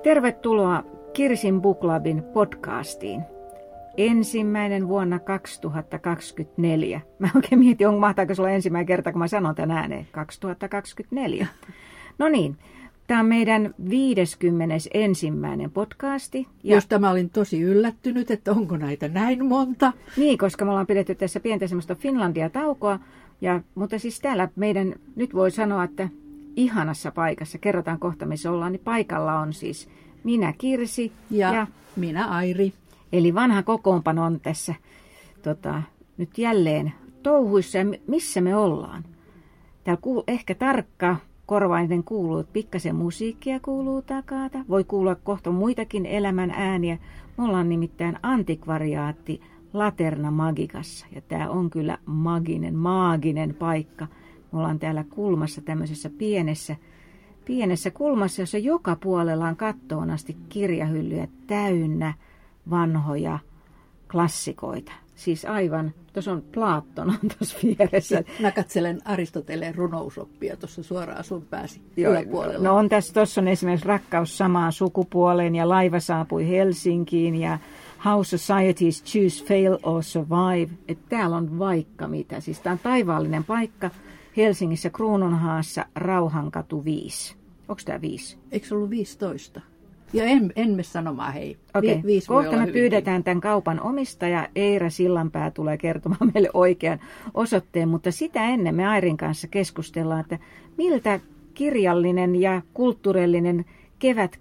Tervetuloa Kirsin Book Clubin podcastiin. Ensimmäinen vuonna 2024. Mä oikein mietin, mahtaako se olla ensimmäinen kerta, kun mä sanon tän ääneen. 2024. No niin, tämä on meidän 51. podcasti. Josta mä olin tosi yllättynyt, että onko näitä näin monta. Niin, koska me ollaan pidetty tässä pientä semmoista Finlandia-taukoa. Mutta siis täällä meidän, nyt voi sanoa, että ihanassa paikassa, kerrotaan kohta missä ollaan, niin paikalla on siis minä Kirsi ja minä Airi. Eli vanha kokoonpano on tässä nyt jälleen touhuissa. Ja missä me ollaan? Täällä ehkä tarkka korvainen kuuluu, että pikkasen musiikkia kuuluu takata. Voi kuulla kohta muitakin elämän ääniä. Me ollaan nimittäin antikvariaatti Laterna Magicassa. Ja tämä on kyllä maaginen paikka. Me ollaan täällä kulmassa, tämmöisessä pienessä kulmassa, jossa joka puolella on kattoon asti kirjahyllyjä täynnä vanhoja klassikoita. Siis aivan, tuossa on Platon on tuossa vieressä. Mä katselen Aristoteleen runousoppia tuossa suoraan sun pääsi yläpuolella. No on tuossa on esimerkiksi Rakkaus samaan sukupuoleen ja Laiva saapui Helsinkiin ja How Societies Choose Fail or Survive. Että täällä on vaikka mitä. Siis tää on taivaallinen paikka Helsingissä Kruununhaassa Rauhankatu 5. Onko tää 5? Eikö se ollut 15? Ja en mene sanomaan hei. Okei, kohta me pyydetään tämän kaupan omistaja Eira Sillanpää tulee kertomaan meille oikean osoitteen, mutta sitä ennen me Airin kanssa keskustellaan, että miltä kirjallinen ja kulttuurillinen kevät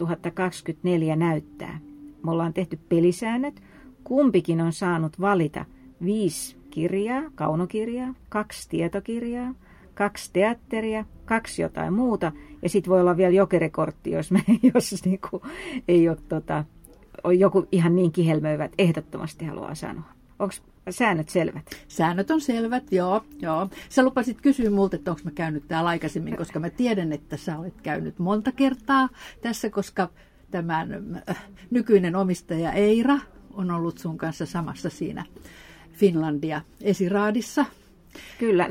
2024 näyttää. Me ollaan tehty pelisäännöt, kumpikin on saanut valita 5 kirjaa, kaunokirjaa, 2 tietokirjaa, 2 teatteria, 2 jotain muuta. Ja sitten voi olla vielä jokerikortti, jos niinku ei ole joku ihan niin kihelmöivä, että ehdottomasti haluaa sanoa. Onko säännöt selvät? Säännöt on selvät, joo. Sä lupasit kysyä multa, että onko mä käynyt täällä aikaisemmin, koska mä tiedän, että sä olet käynyt monta kertaa tässä, koska tämän nykyinen omistaja Eira on ollut sun kanssa samassa siinä Finlandia esiraadissa. Kyllä,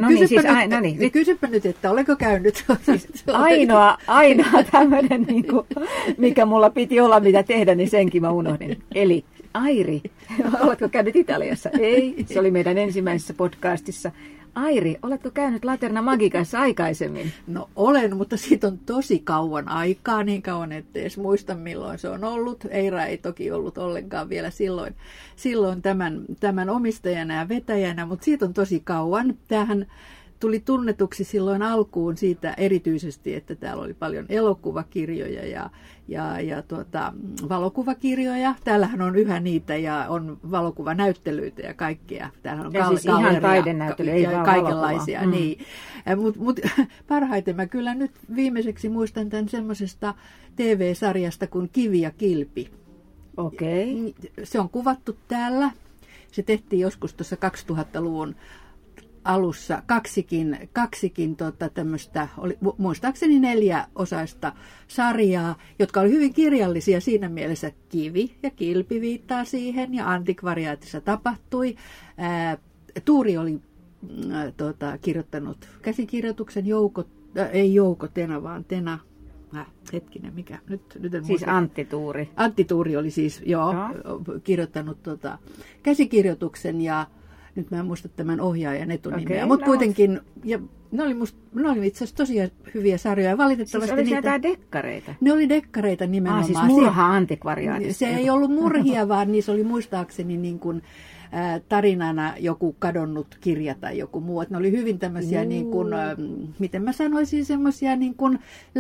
Kysypä nyt, että olenko käynyt? Siis ainoa tämmöinen, mikä mulla piti olla, mitä tehdä, niin senkin mä unohdin. Eli Airi, oletko käynyt Italiassa? Ei, se oli meidän ensimmäisessä podcastissa. Airi, oletko käynyt Laterna Magicassa aikaisemmin? No olen, mutta siitä on tosi kauan aikaa, niin kauan, että edes muista milloin se on ollut. Eira ei toki ollut ollenkaan vielä silloin tämän omistajana ja vetäjänä, mutta siitä on tosi kauan. Tämähän tuli tunnetuksi silloin alkuun siitä erityisesti, että täällä oli paljon elokuvakirjoja ja valokuvakirjoja. Täällähän on yhä niitä ja on valokuvanäyttelyitä ja kaikkea. Täällähän on siis ihan taidenäyttelyä, ei vaan kaikenlaisia. Niin. Mut parhaiten mä kyllä nyt viimeiseksi muistan tämän semmoisesta TV-sarjasta kuin Kivi ja Kilpi. Okei. Se on kuvattu täällä. Se tehtiin joskus tuossa 2000-luvun alussa kaksikin tämmöistä, oli muistaakseni 4-osaista sarjaa, jotka oli hyvin kirjallisia siinä mielessä. Kivi ja Kilpi viittaa siihen ja antikvariaatissa tapahtui. Tuuri oli kirjoittanut käsikirjoituksen Tena, vaan Tena. Hetkinen, mikä? Nyt en siis muista. Antti Tuuri. Antti Tuuri oli siis, kirjoittanut käsikirjoituksen ja nyt mä en muista tämän ohjaajan etunimeä, mutta kuitenkin, ja ne oli itse asiassa tosi hyviä sarjoja. Valitettavasti siis oli jotain dekkareita? Ne oli dekkareita nimenomaan. Siis murha-antikvariaatissa. Se ei ollut murhia, vaan niissä oli muistaakseni niin kuin, tarinana joku kadonnut kirja tai joku muu. Että ne oli hyvin tämmöisiä, niin kuin, miten mä sanoisin, semmoisia niin kuin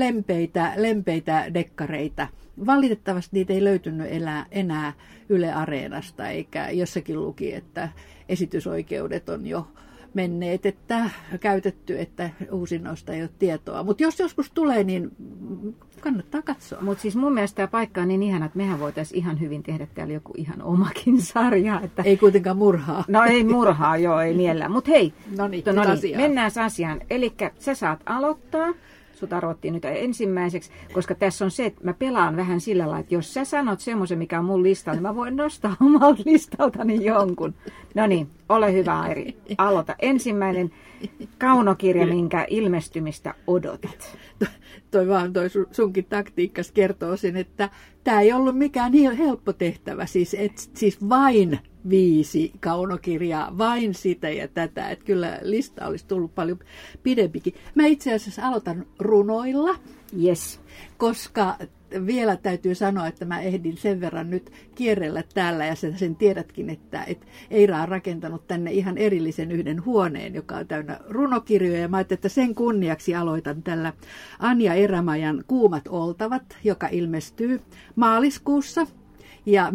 lempeitä dekkareita. Valitettavasti niitä ei löytynyt enää Yle Areenasta, eikä jossakin luki, että esitysoikeudet on jo menneet, että käytetty, että uusinnoista ei ole tietoa. Mutta jos joskus tulee, niin kannattaa katsoa. Mutta siis mun mielestä tämä paikka on niin ihana, että mehän voitaisiin ihan hyvin tehdä täällä joku ihan omakin sarja. Että ei kuitenkaan murhaa. No ei ei mielellä. Mutta hei, Noniin, mennään asiaan. Eli sä saat aloittaa. sut arvottiin nyt ensimmäiseksi, koska tässä on se, että mä pelaan vähän sillä lailla, että jos sä sanot semmoisen, mikä on mun listalla, niin mä voin nostaa omalta listaltani jonkun. No niin, ole hyvä Airi, aloita. Ensimmäinen kaunokirja, minkä ilmestymistä odotat. Toi sunkin taktiikkas kertoo sen, että tämä ei ollut mikään helppo tehtävä, siis vain 5 kaunokirjaa, vain sitä ja tätä, että kyllä lista olisi tullut paljon pidempikin. Mä itse asiassa aloitan runoilla, yes. Koska vielä täytyy sanoa, että mä ehdin sen verran nyt kierrellä täällä ja sen tiedätkin, että Eira on rakentanut tänne ihan erillisen yhden huoneen, joka on täynnä runokirjoja. Ja mä ajattelin, että sen kunniaksi aloitan tällä Anja Erämajan Kuumat oltavat, joka ilmestyy maaliskuussa. Ja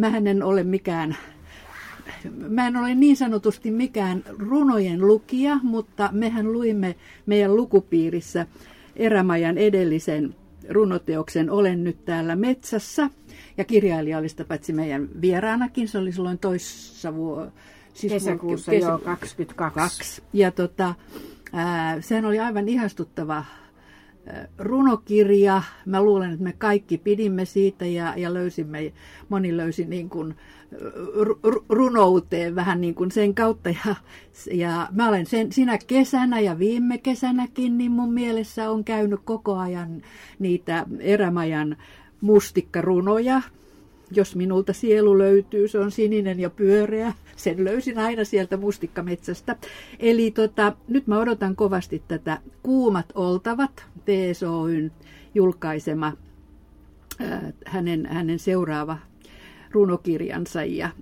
mä en ole niin sanotusti mikään runojen lukija, mutta mehän luimme meidän lukupiirissä Erämajan edellisen runoteoksen Olen nyt täällä metsässä. Ja kirjailija oli sitä paitsi meidän vieraanakin. Se oli silloin kesäkuussa 22. Ja sehän oli aivan ihastuttava runokirja. Mä luulen, että me kaikki pidimme siitä ja moni löysi niin kuin runouteen vähän niin kuin sen kautta. Ja mä olen sinä kesänä ja viime kesänäkin, niin mun mielessä on käynyt koko ajan niitä Erämajan mustikkarunoja. Jos minulta sielu löytyy, se on sininen ja pyöreä. Sen löysin aina sieltä mustikkametsästä. Eli nyt mä odotan kovasti tätä Kuumat oltavat, TSOY:n julkaisema hänen seuraava runokirjansa ja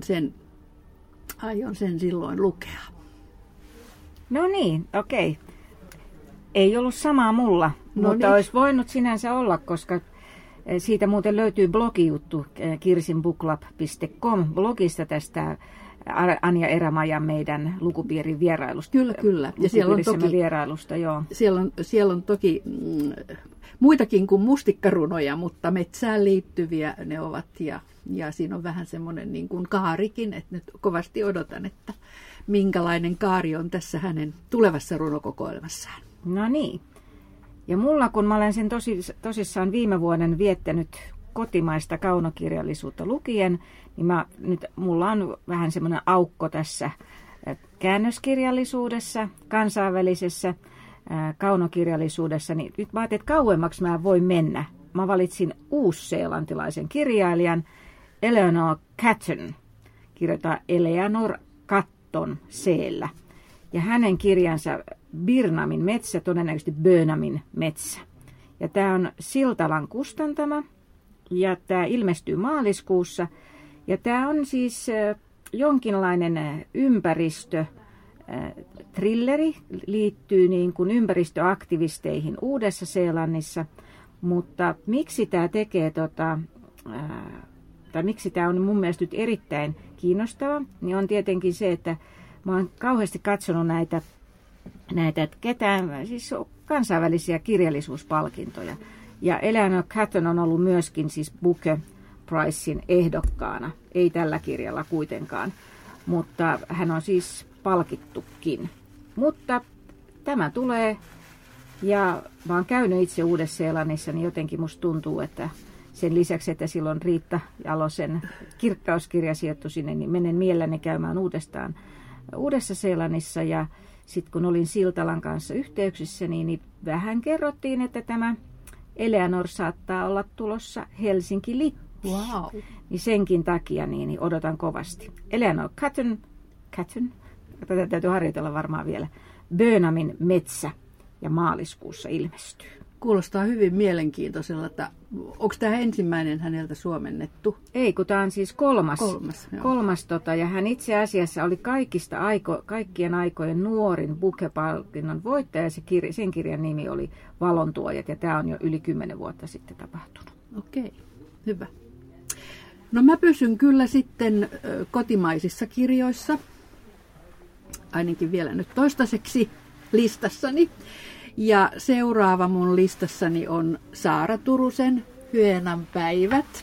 aion sen silloin lukea. No niin, okei. Ei ollut samaa mulla, mutta olisi voinut sinänsä olla, koska siitä muuten löytyy blogijuttu kirsinbooklab.com blogista tästä Anja Erämajan meidän lukupiirin vierailusta. Kyllä. Ja siellä on toki vierailusta, joo. Siellä on toki muitakin kuin mustikkarunoja, mutta metsään liittyviä ne ovat ja siinä on vähän semmoinen niin kuin kaarikin, että nyt kovasti odotan, että minkälainen kaari on tässä hänen tulevassa runokokoelmassaan. No niin. Ja mulla, kun mä olen sen tosissaan viime vuoden viettänyt kotimaista kaunokirjallisuutta lukien, niin mulla on vähän semmoinen aukko tässä käännöskirjallisuudessa, kansainvälisessä kaunokirjallisuudessa. Niin nyt mä ajattelin, että kauemmaksi mä voin mennä. Mä valitsin uusseelantilaisen kirjailijan Eleanor Catton, kirjoittaa Eleanor Catton C-llä. Ja hänen kirjansa Birnamin metsä, todennäköisesti Bönamin metsä. Ja tämä on Siltalan kustantama ja tämä ilmestyy maaliskuussa. Ja tämä on siis jonkinlainen ympäristötrilleri, liittyy niin kuin ympäristöaktivisteihin Uudessa-Seelannissa. Mutta miksi tämä tekee tai miksi tämä on mun mielestä nyt erittäin kiinnostava, niin on tietenkin se, että mä oon kauheasti katsonut näitä siis kansainvälisiä kirjallisuuspalkintoja. Ja Eleanor Catton on ollut myöskin siis Booker Prizein ehdokkaana. Ei tällä kirjalla kuitenkaan, mutta hän on siis palkittukin. Mutta tämä tulee, ja mä oon käynyt itse Uudessa-Seelannissa, niin jotenkin musta tuntuu, että sen lisäksi, että silloin Riitta Jalosen kirkkauskirja sijoittui sinne, niin menen mielelläni käymään uudestaan Uudessa-Seelannissa. Ja sitten kun olin Siltalan kanssa yhteyksissä, niin vähän kerrottiin, että tämä Eleanor saattaa olla tulossa Helsinki-Lippiin. Wow. Niin senkin takia niin odotan kovasti. Eleanor Catton, tätä täytyy harjoitella varmaan vielä, Bönamin metsä ja maaliskuussa ilmestyy. Kuulostaa hyvin mielenkiintoisella, että onko tämä ensimmäinen häneltä suomennettu? Ei, kun tämä on siis kolmas ja hän itse asiassa oli kaikkien aikojen nuorin Booker-palkinnon voittaja. Sen kirjan nimi oli Valontuojat ja tämä on jo yli 10 vuotta sitten tapahtunut. Okei, hyvä. No mä pysyn kyllä sitten kotimaisissa kirjoissa, ainakin vielä nyt toistaiseksi listassani. Ja seuraava mun listassani on Saara Turusen Hyenan päivät,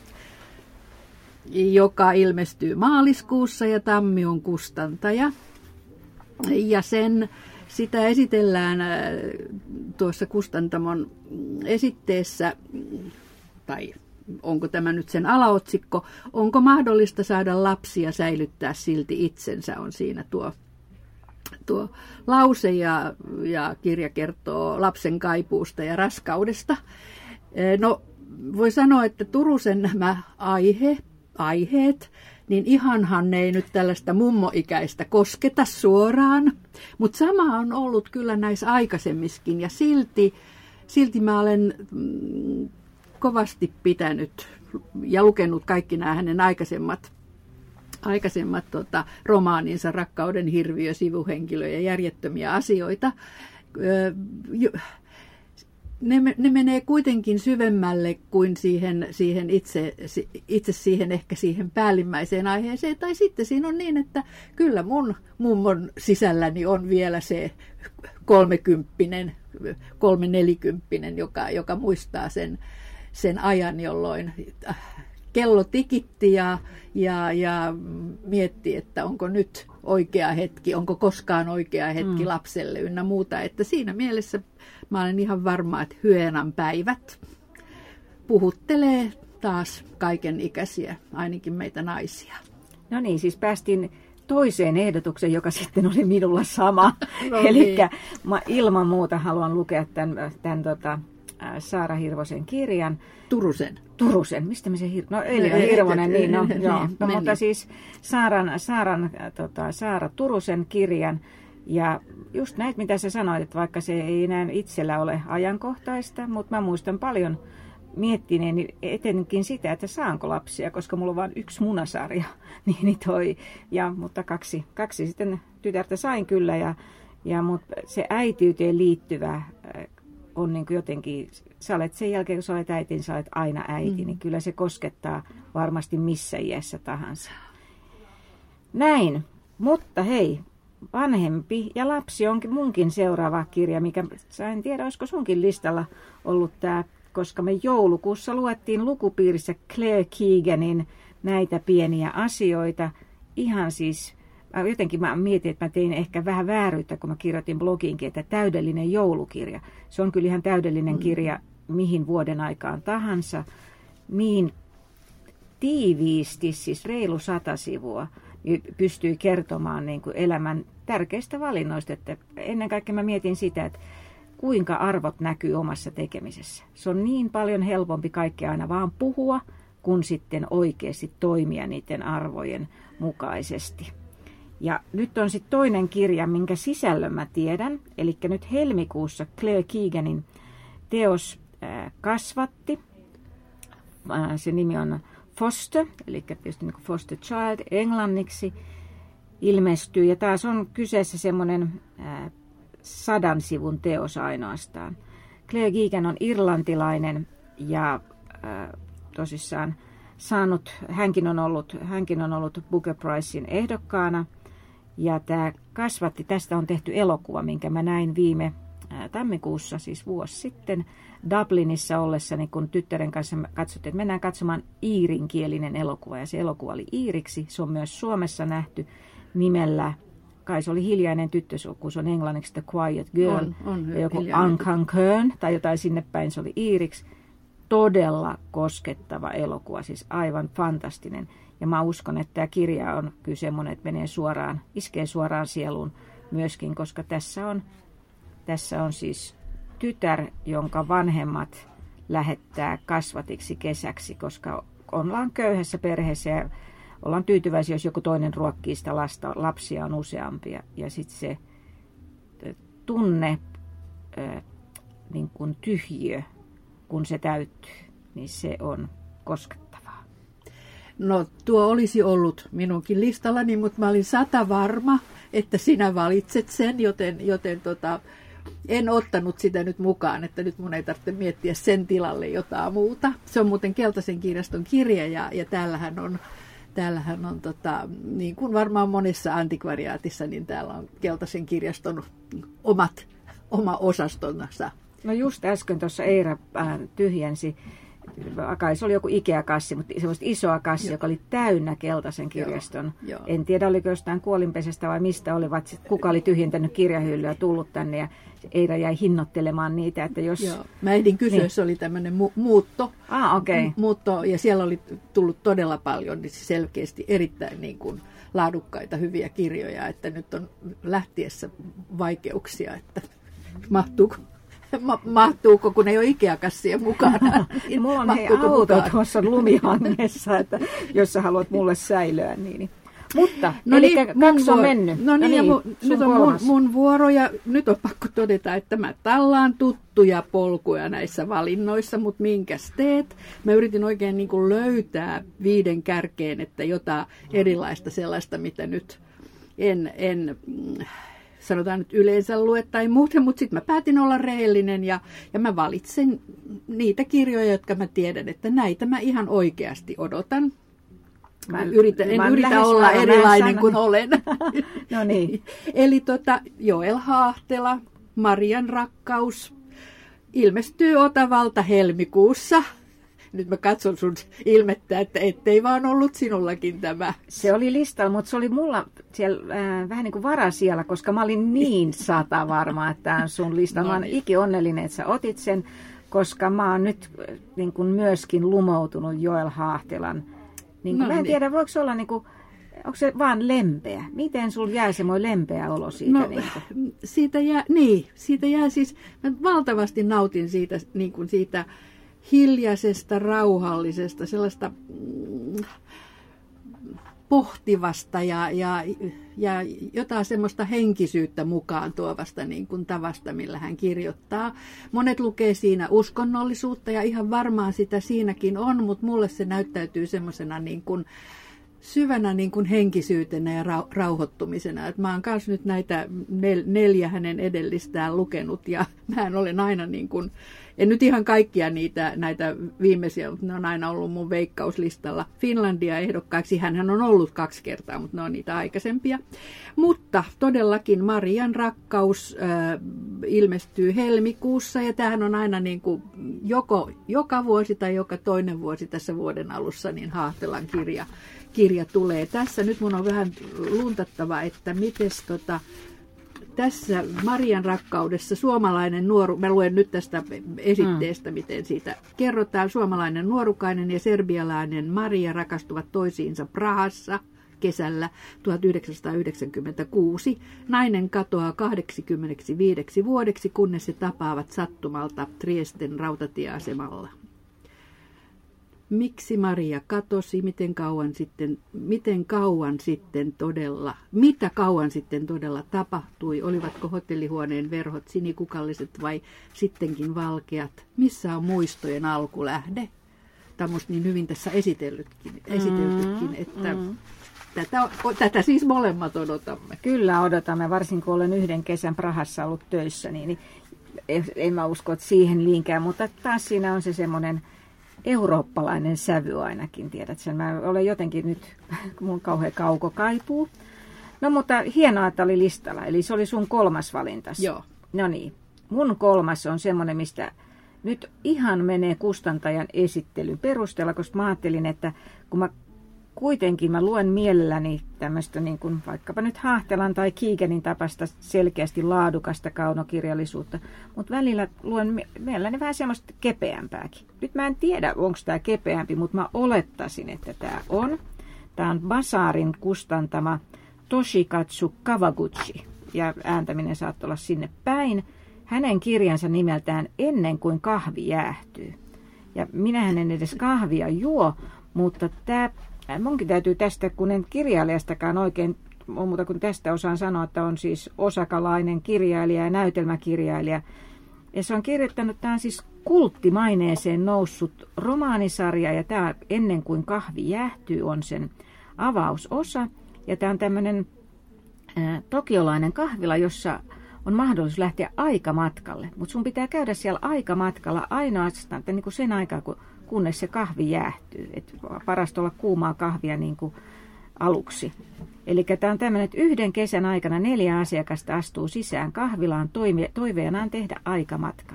joka ilmestyy maaliskuussa ja Tammi on kustantaja. Ja sitä esitellään tuossa Kustantamon esitteessä, tai onko tämä nyt sen alaotsikko, onko mahdollista saada lapsia säilyttää silti itsensä, on siinä tuo lause, ja kirja kertoo lapsen kaipuusta ja raskaudesta. No, voi sanoa, että Turusen nämä aiheet, niin ihanhan ne ei nyt tällaista mummoikäistä kosketa suoraan, mutta sama on ollut kyllä näissä aikaisemmiskin, ja silti mä olen kovasti pitänyt ja lukenut kaikki nämä hänen aikaisemmat romaaninsa, Rakkauden hirviö, Sivuhenkilö ja Järjettömiä asioita. Ne menee kuitenkin syvemmälle kuin siihen itse siihen ehkä siihen päällimmäiseen aiheeseen. Tai sitten siinä on niin, että kyllä mun mummon sisälläni on vielä se 340, joka muistaa sen ajan, jolloin kello tikitti ja mietti, että onko nyt oikea hetki, onko koskaan oikea hetki lapselle ynnä muuta. Että siinä mielessä mä olen ihan varma, että Hyenan päivät puhuttelee taas kaiken ikäisiä, ainakin meitä naisia. No niin, siis päästiin toiseen ehdotukseen, joka sitten oli minulla sama. No Eli niin. mä ilman muuta haluan lukea tämän Saara Hirvosen kirjan. Turusen, mistä me se no Elina Hirvonen, niin no, joo. No, mutta siis Saara Turusen kirjan, ja just näitä, mitä sä sanoit, että vaikka se ei enää itsellä ole ajankohtaista, mutta mä muistan paljon miettineeni etenkin sitä, että saanko lapsia, koska mulla on vain yksi munasarja, mutta kaksi sitten tytärtä sain kyllä, mutta se äitiyteen liittyvä on niin kuin jotenkin, sä olet sen jälkeen, kun sä olet äiti, niin sä olet aina äiti, niin kyllä se koskettaa varmasti missä iässä tahansa. Näin, mutta hei, Vanhempi ja lapsi onkin munkin seuraava kirja, mikä, en tiedä, olisiko sunkin listalla ollut tämä, koska me joulukuussa luettiin lukupiirissä Claire Keeganin Näitä pieniä asioita. Ihan siis, jotenkin mä mietin, että mä tein ehkä vähän vääryyttä, kun mä kirjoitin blogiinkin, että täydellinen joulukirja. Se on kyllä ihan täydellinen kirja mihin vuoden aikaan tahansa. Niin tiiviisti, siis reilu 100 sivua, pystyi kertomaan niin kuin elämän tärkeistä valinnoista. Että ennen kaikkea mä mietin sitä, että kuinka arvot näkyy omassa tekemisessä. Se on niin paljon helpompi kaikkea aina vaan puhua, kun sitten oikeasti toimia niiden arvojen mukaisesti. Ja nyt on sitten toinen kirja, minkä sisällön mä tiedän. Eli nyt helmikuussa Claire Keeganin teos Kasvatti. Se nimi on Foster, eli tietysti niin kuin Foster Child englanniksi ilmestyy. Ja taas on kyseessä semmoinen 100 sivun teos ainoastaan. Claire Keegan on irlantilainen ja tosissaan hänkin on ollut Booker Prizein ehdokkaana. Ja tämä Kasvatti, tästä on tehty elokuva, minkä mä näin viime tammikuussa, siis vuosi sitten, Dublinissa ollessani, kun tyttären kanssa katsottiin, että mennään katsomaan iirinkielinen elokuva. Ja se elokuva oli iiriksi, se on myös Suomessa nähty nimellä, kai se oli Hiljainen tyttösuku, se on englanniksi The Quiet Girl, ja joku Ankankön tai jotain sinne päin, se oli iiriksi. Todella koskettava elokuva, siis aivan fantastinen. Ja mä uskon, että tämä kirja on kyllä semmoinen, että iskee suoraan sieluun myöskin, koska tässä on siis tytär, jonka vanhemmat lähettää kasvatiksi kesäksi, koska ollaan köyhässä perheessä ja ollaan tyytyväisiä, jos joku toinen ruokkii sitä lasta. Lapsia on useampia. Ja sitten se tunne, niin kuin tyhjiö, kun se täyttyy, niin se on koskettavaa. No tuo olisi ollut minunkin listallani, mutta mä olin 100 varma, että sinä valitset sen, joten en ottanut sitä nyt mukaan, että nyt mun ei tarvitse miettiä sen tilalle jotain muuta. Se on muuten Keltaisen kirjaston kirja ja täällähän on niin kuin varmaan monessa antikvariaatissa, niin täällä on Keltaisen kirjaston oma osastonsa. No just äsken tuossa Eira tyhjensi kai se oli joku Ikea-kassi, mutta semmoista isoa kassi, joka oli täynnä keltaisen kirjaston. Joo. En tiedä, oliko jostain kuolinpesästä vai mistä olivat, kuka oli tyhjentänyt kirjahyllyä ja tullut tänne ja Eira jäi hinnoittelemaan niitä, että jos... Joo. Mä ehdin kysyä, niin. Se oli tämmöinen muutto. Okay. Muutto, ja siellä oli tullut todella paljon niin selkeästi erittäin niin kuin laadukkaita, hyviä kirjoja, että nyt on lähtiessä vaikeuksia, että mahtuuko, kun ei ole Ikea-kassia mukana. Niin mulla on auto tuossa lumihangessa, että jos sä haluat mulle säilöä, niin... Mutta, no eli niin, 2 on mennyt. No niin, ja nyt on mun vuoro, ja nyt on pakko todeta, että mä tallaan tuttuja polkuja näissä valinnoissa, mutta minkäs teet? Mä yritin oikein niin kuin löytää 5 kärkeen, että jotain erilaista sellaista, mitä nyt en sanotaan nyt yleensä lue tai muuten, mutta sitten mä päätin olla rehellinen ja mä valitsen niitä kirjoja, jotka mä tiedän, että näitä mä ihan oikeasti odotan. En yritä olla erilainen kuin olen. No niin. Eli Joel Haahtela, Marian rakkaus, ilmestyy Otavalta helmikuussa. Nyt mä katson sun ilmettä, että ettei vaan ollut sinullakin tämä. Se oli listalla, mutta se oli mulla siellä vähän niin kuin varasijalla, koska mä olin niin 100 varma, että tämä on sun lista. Mä oon ikionnellinen, että sä otit sen, koska mä oon nyt niin kuin myöskin lumoutunut Joel Haahtelan. Niin mä en tiedä, voiko se olla, niin kuin, onko se vaan lempeä? Miten sulla jää semmoinen lempeä olo siitä? No, siitä jää siis, mä valtavasti nautin siitä, niin kuin siitä hiljaisesta, rauhallisesta, sellaista pohtivasta ja jotain semmoista henkisyyttä mukaan tuovasta niin kuin tavasta, millä hän kirjoittaa. Monet lukee siinä uskonnollisuutta ja ihan varmaan sitä siinäkin on, mutta mulle se näyttäytyy semmoisena niin kuin syvänä niin kuin henkisyytenä ja rauhoittumisena. Et mä oon kanssa nyt näitä 4 hänen edellistään lukenut ja mä olen aina niin kuin, en nyt ihan kaikkia näitä viimeisiä, mutta ne on aina ollut mun veikkauslistalla Finlandia ehdokkaaksi. Hänhän on ollut 2 kertaa, mutta ne on niitä aikaisempia. Mutta todellakin Marian rakkaus ilmestyy helmikuussa ja tämähän on aina niin kuin joka vuosi tai joka toinen vuosi tässä vuoden alussa niin Haahtelan kirja tulee. Tässä nyt mun on vähän luntattava, että mites tässä Marian rakkaudessa suomalainen mä luen nyt tästä esitteestä, miten siitä kerrotaan. Suomalainen nuorukainen ja serbialainen Maria rakastuvat toisiinsa Prahassa kesällä 1996. Nainen katoaa 85 vuodeksi, kunnes he tapaavat sattumalta Triesten rautatieasemalla. Miksi Maria katosi, mitä kauan sitten todella tapahtui, olivatko hotellihuoneen verhot sinikukalliset vai sittenkin valkeat, missä on muistojen alkulähde? Tämä on musta niin hyvin tässä esitellytkin, että tätä siis molemmat odotamme. Kyllä odotamme, varsinkin kun olen 1 kesän Prahassa ollut töissä, niin en mä usko, että siihen liinkään, mutta taas siinä on se semmoinen eurooppalainen sävy ainakin, tiedät sen. Mä olen jotenkin nyt, kun mun kauhean kauko kaipuu. No mutta hienoa, että oli listalla, eli se oli sun 3. valintasi. Joo. No niin, mun 3. on semmoinen, mistä nyt ihan menee kustantajan esittelyn perusteella, koska mä ajattelin, että kun mä luen mielelläni tämmöistä niin kuin vaikkapa nyt Haahtelan tai Keeganin tapasta selkeästi laadukasta kaunokirjallisuutta, mutta välillä luen mielelläni vähän semmoista kepeämpääkin. Nyt mä en tiedä, onko tämä kepeämpi, mutta mä olettaisin, että tämä on. Tämä on Basarin kustantama Toshikatsu Kawaguchi, ja ääntäminen saattaa olla sinne päin. Hänen kirjansa nimeltään Ennen kuin kahvi jäähtyy. Ja minähän en edes kahvia juo, mutta munkin täytyy tästä, kun en kirjailijastakaan oikein muuta kuin tästä osaan sanoa, että on siis osakalainen kirjailija ja näytelmäkirjailija. Ja se on kirjoittanut, tämä on siis kulttimaineeseen noussut romaanisarja, ja tämä Ennen kuin kahvi jäähtyy on sen avausosa. Ja tämä on tämmöinen tokiolainen kahvila, jossa on mahdollisuus lähteä aikamatkalle. Mutta sun pitää käydä siellä aikamatkalla ainoastaan niin kuin sen aikaa, kunnes se kahvi jäähtyy. Et parasta olla kuumaa kahvia niin kuin aluksi. Eli tämä on tämmöinen, että 1 kesän aikana 4 asiakasta astuu sisään kahvilaan toiveenaan tehdä aikamatka.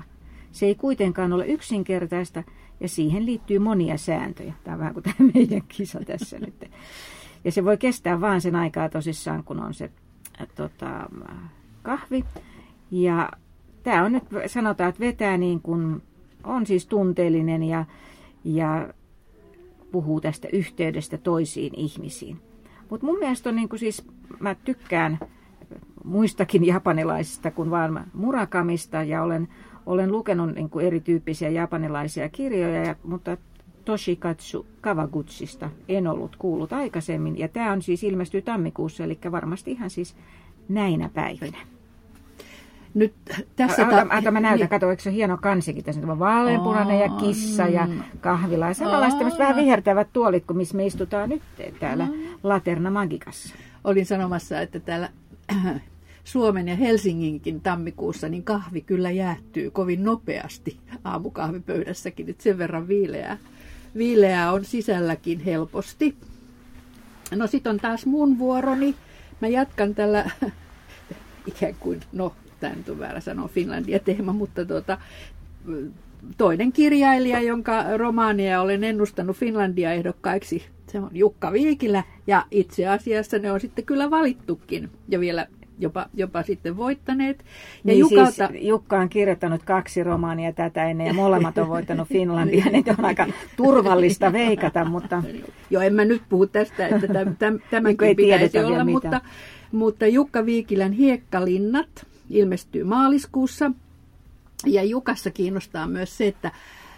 Se ei kuitenkaan ole yksinkertaista ja siihen liittyy monia sääntöjä. Tämä on vähän kuin tämä meidän kisa tässä nyt. Ja se voi kestää vaan sen aikaa tosissaan, kun on se kahvi. Ja tämä on nyt, sanotaan, että vetää niin kuin, on siis tunteellinen ja puhuu tästä yhteydestä toisiin ihmisiin. Mutta mun mielestä on niin kuin siis, mä tykkään muistakin japanilaisista kuin vaan Murakamista ja olen lukenut niin kuin erityyppisiä japanilaisia kirjoja, mutta Toshikatsu Kawaguchista en ollut kuullut aikaisemmin. Ja tämä on siis ilmestyy tammikuussa, eli varmasti ihan siis näinä päivinä. Nyt tässä mä näytän, kato, eikö se hieno kansikin tässä, tämä vaaleanpunainen ja kissa ja kahvila. Ja samanlaista tämmöiset vähän vihertävät tuolit, kuin missä me istutaan nyt täällä Laterna Magicassa. Olin sanomassa, että täällä Suomen ja Helsinginkin tammikuussa niin kahvi kyllä jäähtyy kovin nopeasti aamukahvipöydässäkin, nyt sen verran viileää. Viileää on sisälläkin helposti. No sit on taas mun vuoroni. Mä jatkan tällä ikään kuin, no tämä nyt on väärä sanoa Finlandia-teema, mutta toinen kirjailija, jonka romaania olen ennustanut Finlandia-ehdokkaiksi, se on Jukka Viikilä, ja itse asiassa ne on sitten kyllä valittukin, ja vielä jopa sitten voittaneet. Ja niin Jukalta... siis Jukka on kirjoittanut 2 romaania tätä ennen, ja molemmat on voittanut Finlandia, niin on aika turvallista veikata, mutta... Joo, en mä nyt puhu tästä, että tämänkin pitäisi olla, mutta Jukka Viikilän Hiekkalinnat ilmestyy maaliskuussa, ja Jukassa kiinnostaa myös se, että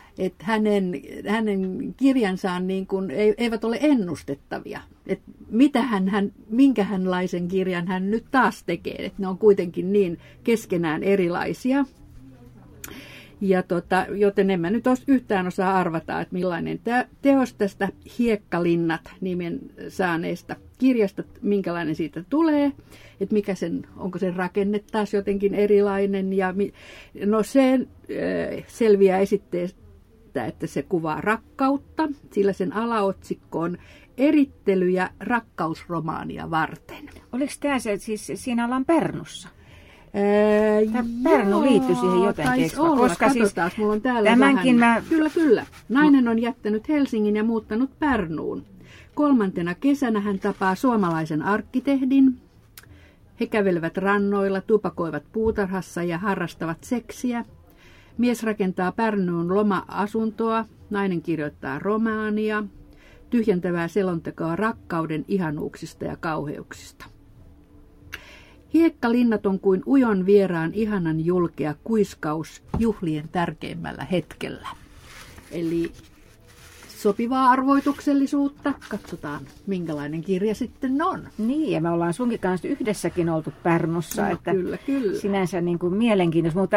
hänen kirjansa on niin kuin, eivät ole ennustettavia. Että minkähänlaisen kirjan hän nyt taas tekee. Että ne on kuitenkin niin keskenään erilaisia. Ja joten en mä nyt yhtään osaa arvata, että millainen teos tästä Hiekkalinnat-nimen saaneesta kirjasta, minkälainen siitä tulee. Että onko sen rakenne taas jotenkin erilainen. Ja no se selviää esitteestä, että se kuvaa rakkautta, sillä sen alaotsikko on erittelyjä rakkausromaania varten. Oliko tämä se, siis siinä ollaan Pärnussa? Pärnu liittyy siihen jotenkin. Koska siis mulla on täällä tämänkin vähän. Kyllä. Nainen on jättänyt Helsingin ja muuttanut Pärnuun. 3. kesänä hän tapaa suomalaisen arkkitehdin. He kävelevät rannoilla, tupakoivat puutarhassa ja harrastavat seksiä. Mies rakentaa Pärnuun loma-asuntoa, nainen kirjoittaa romaania, tyhjentävää selontekoa rakkauden ihanuuksista ja kauheuksista. Hiekkalinnat on kuin ujon vieraan ihanan julkea kuiskaus juhlien tärkeimmällä hetkellä. Eli sopivaa arvoituksellisuutta. Katsotaan, minkälainen kirja sitten on. Niin, ja me ollaan sunkin kanssa yhdessäkin oltu Pärnussa. No, että kyllä. Sinänsä niin kuin mielenkiintoista, mutta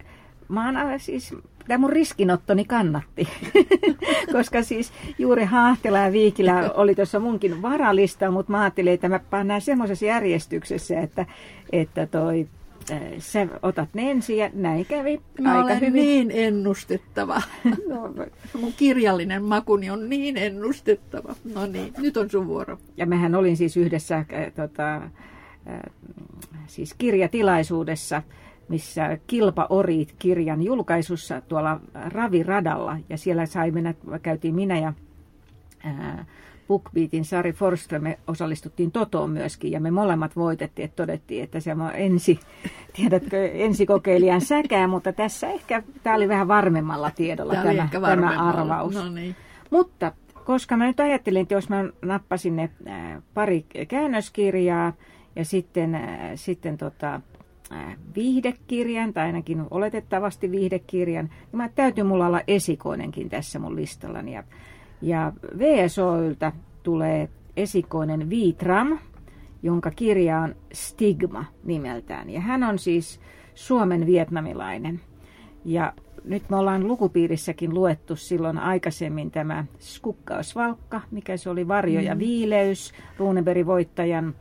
tämä mun riskinottoni kannatti, koska siis juuri Hahtela ja Viikilä oli tuossa munkin varalista, mutta mä ajattelin, että mä pannaan semmoisessa järjestyksessä, että sä otat ne ensin ja näin kävi aika hyvin. Niin ennustettava. No, mun kirjallinen makuni on niin ennustettava. No niin, nyt on sun vuoro. Ja mehän olin siis yhdessä siis kirjatilaisuudessa, missä Kilpa-Orit-kirjan julkaisussa tuolla Raviradalla. Ja siellä käytiin minä ja BookBeatin Sari Forsström, me osallistuttiin Totoon myöskin. Ja me molemmat voitettiin, että todettiin, että se on ensikokeilijan säkää, mutta tässä ehkä tämä oli vähän varmemmalla tiedolla tämä arvaus. No niin. Mutta koska mä nyt ajattelin, että jos mä nappasin ne pari käännöskirjaa ja sitten viihdekirjan, tai ainakin oletettavasti viihdekirjan, niin täytyy mulla olla esikoinenkin tässä mun listallani. Ja VSOyltä tulee esikoinen Vitram, jonka kirja on Stigma nimeltään. Ja hän on siis Suomen vietnamilainen. Ja nyt me ollaan lukupiirissäkin luettu silloin aikaisemmin tämä Skukkausvalkka, mikä se oli Varjo ja viileys, Runebergin voittajan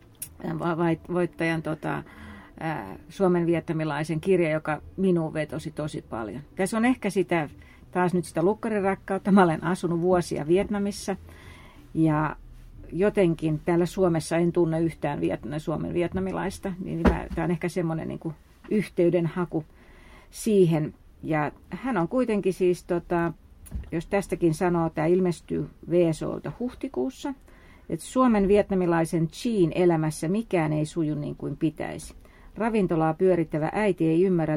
Suomen vietnamilaisen kirja, joka minuun vetosi tosi paljon. Tässä on ehkä taas nyt sitä lukkarinrakkautta. Mä olen asunut vuosia Vietnamissa ja jotenkin täällä Suomessa en tunne yhtään Suomen vietnamilaista. Niin tämä on ehkä semmoinen niin kuin yhteydenhaku siihen. Ja hän on kuitenkin siis, jos tästäkin sanoo, tämä ilmestyy VSOlta huhtikuussa, että Suomen vietnamilaisen Chin elämässä mikään ei suju niin kuin pitäisi. Ravintolaa pyörittävä äiti ei ymmärrä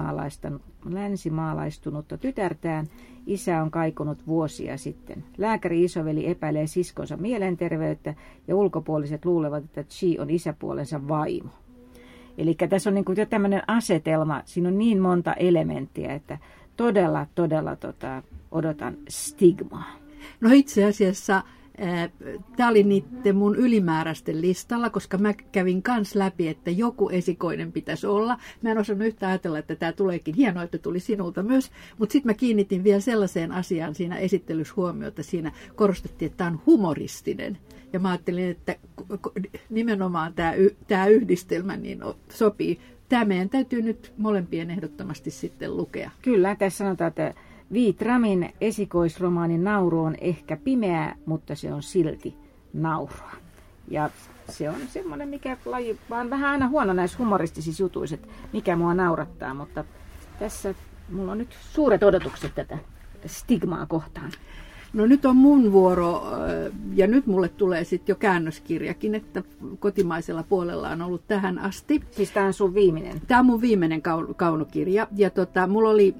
länsimaalaistunutta tytärtään. Isä on kaikunut vuosia sitten. Lääkäri isoveli epäilee siskonsa mielenterveyttä ja ulkopuoliset luulevat, että Chi on isäpuolensa vaimo. Eli tässä on niin kuin jo tämmöinen asetelma. Siinä on niin monta elementtiä, että todella odotan stigmaa. No itse asiassa tämä oli niiden mun ylimääräisten listalla, koska mä kävin kans läpi, että joku esikoinen pitäisi olla. Mä en osannut yhtään ajatella, että tämä tuleekin. Hienoa, että tuli sinulta myös. Mutta sitten mä kiinnitin vielä sellaiseen asiaan siinä esittelyssä huomiota. Siinä korostettiin, että tämä on humoristinen. Ja mä ajattelin, että nimenomaan tämä yhdistelmä niin sopii. Tämä meidän täytyy nyt molempien ehdottomasti sitten lukea. Kyllä, tässä sanotaan, että Viitramin esikoisromaanin nauru on ehkä pimeää, mutta se on silti naurua. Ja se on semmoinen, mikä laji, vaan vähän aina huono näissä humoristisissa jutuissa, että mikä mua naurattaa, mutta tässä mulla on nyt suuret odotukset tätä stigmaa kohtaan. No nyt on mun vuoro, ja nyt mulle tulee sitten jo käännöskirjakin, että kotimaisella puolella on ollut tähän asti. Siis tämä on sun viimeinen? Tämä on mun viimeinen kaunokirja, ja mulla oli...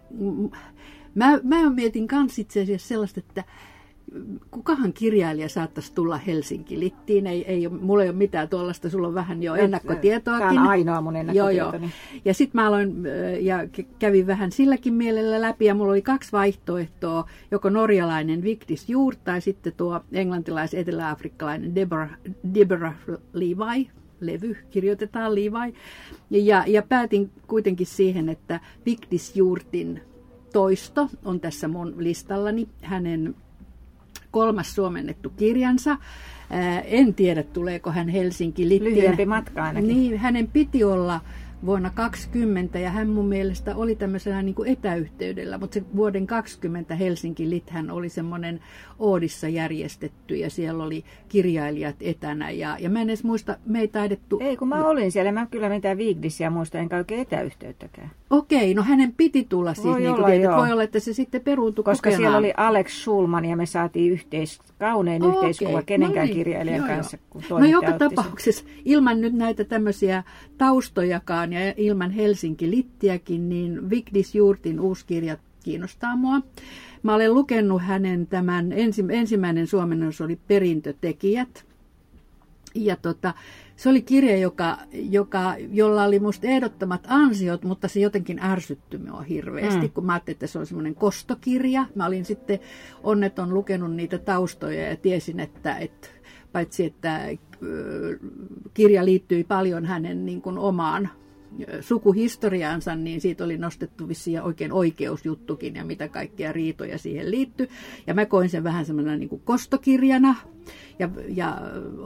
Mä mietin kans itse asiassa sellaista, että kukahan kirjailija saattaisi tulla Helsinki-Littiin. Mulla ei ole mitään tuollaista, sulla on vähän jo ennakkotietoakin. Tämä on ainoa mun ennakkotietoni. Joo. Ja sitten mä aloin ja kävin vähän silläkin mielellä läpi, ja mulla oli 2 vaihtoehtoa, joko norjalainen Vigdis Hjorth tai sitten tuo englantilais-etelä-afrikkalainen Deborah Levi. Levy kirjoitetaan Levi. Ja päätin kuitenkin siihen, että Vigdis Hjorthin toisto on tässä mun listallani, hänen 3. suomennettu kirjansa. En tiedä, tuleeko hän Helsinki-Littiin. Lyhyempi matka ainakin. Niin, hänen piti olla vuonna 2020, ja hän mun mielestä oli tämmöisellä niin kuin etäyhteydellä, mutta se vuoden 2020 Helsinki-Lithän oli semmoinen Oodissa järjestetty, ja siellä oli kirjailijat etänä, ja mä en edes muista, me ei taidettu... Ei, kun mä olin siellä, mä kyllä mitään Vigdisiä muista, enkä oikein etäyhteyttäkään. Okei, no hänen piti tulla siis, voi niin kuin tiedät, voi olla, että se sitten peruuntui koska kokonaan. Siellä oli Alex Schulman, ja me saatiin kaunein yhteiskuva kenenkään kirjailijan kanssa. No joka tapauksessa, ilman nyt näitä tämmöisiä taustojakaan, ja ilman Helsinki-Littiäkin, niin Vigdis Hjorthin uusi kirja kiinnostaa mua. Mä olen lukenut hänen tämän ensimmäinen suomennos oli Perintötekijät. Ja se oli kirja, jolla oli musta ehdottomat ansiot, mutta se jotenkin ärsytti minua hirveästi, kun mä ajattelin, että se on semmoinen kostokirja. Mä olin sitten onneton lukenut niitä taustoja ja tiesin, että paitsi että kirja liittyi paljon hänen niin kuin omaan sukuhistoriaansa, niin siitä oli nostettu vissiin oikein oikeusjuttukin ja mitä kaikkia riitoja siihen liittyi. Ja mä koin sen vähän semmoisena niin kuin kostokirjana ja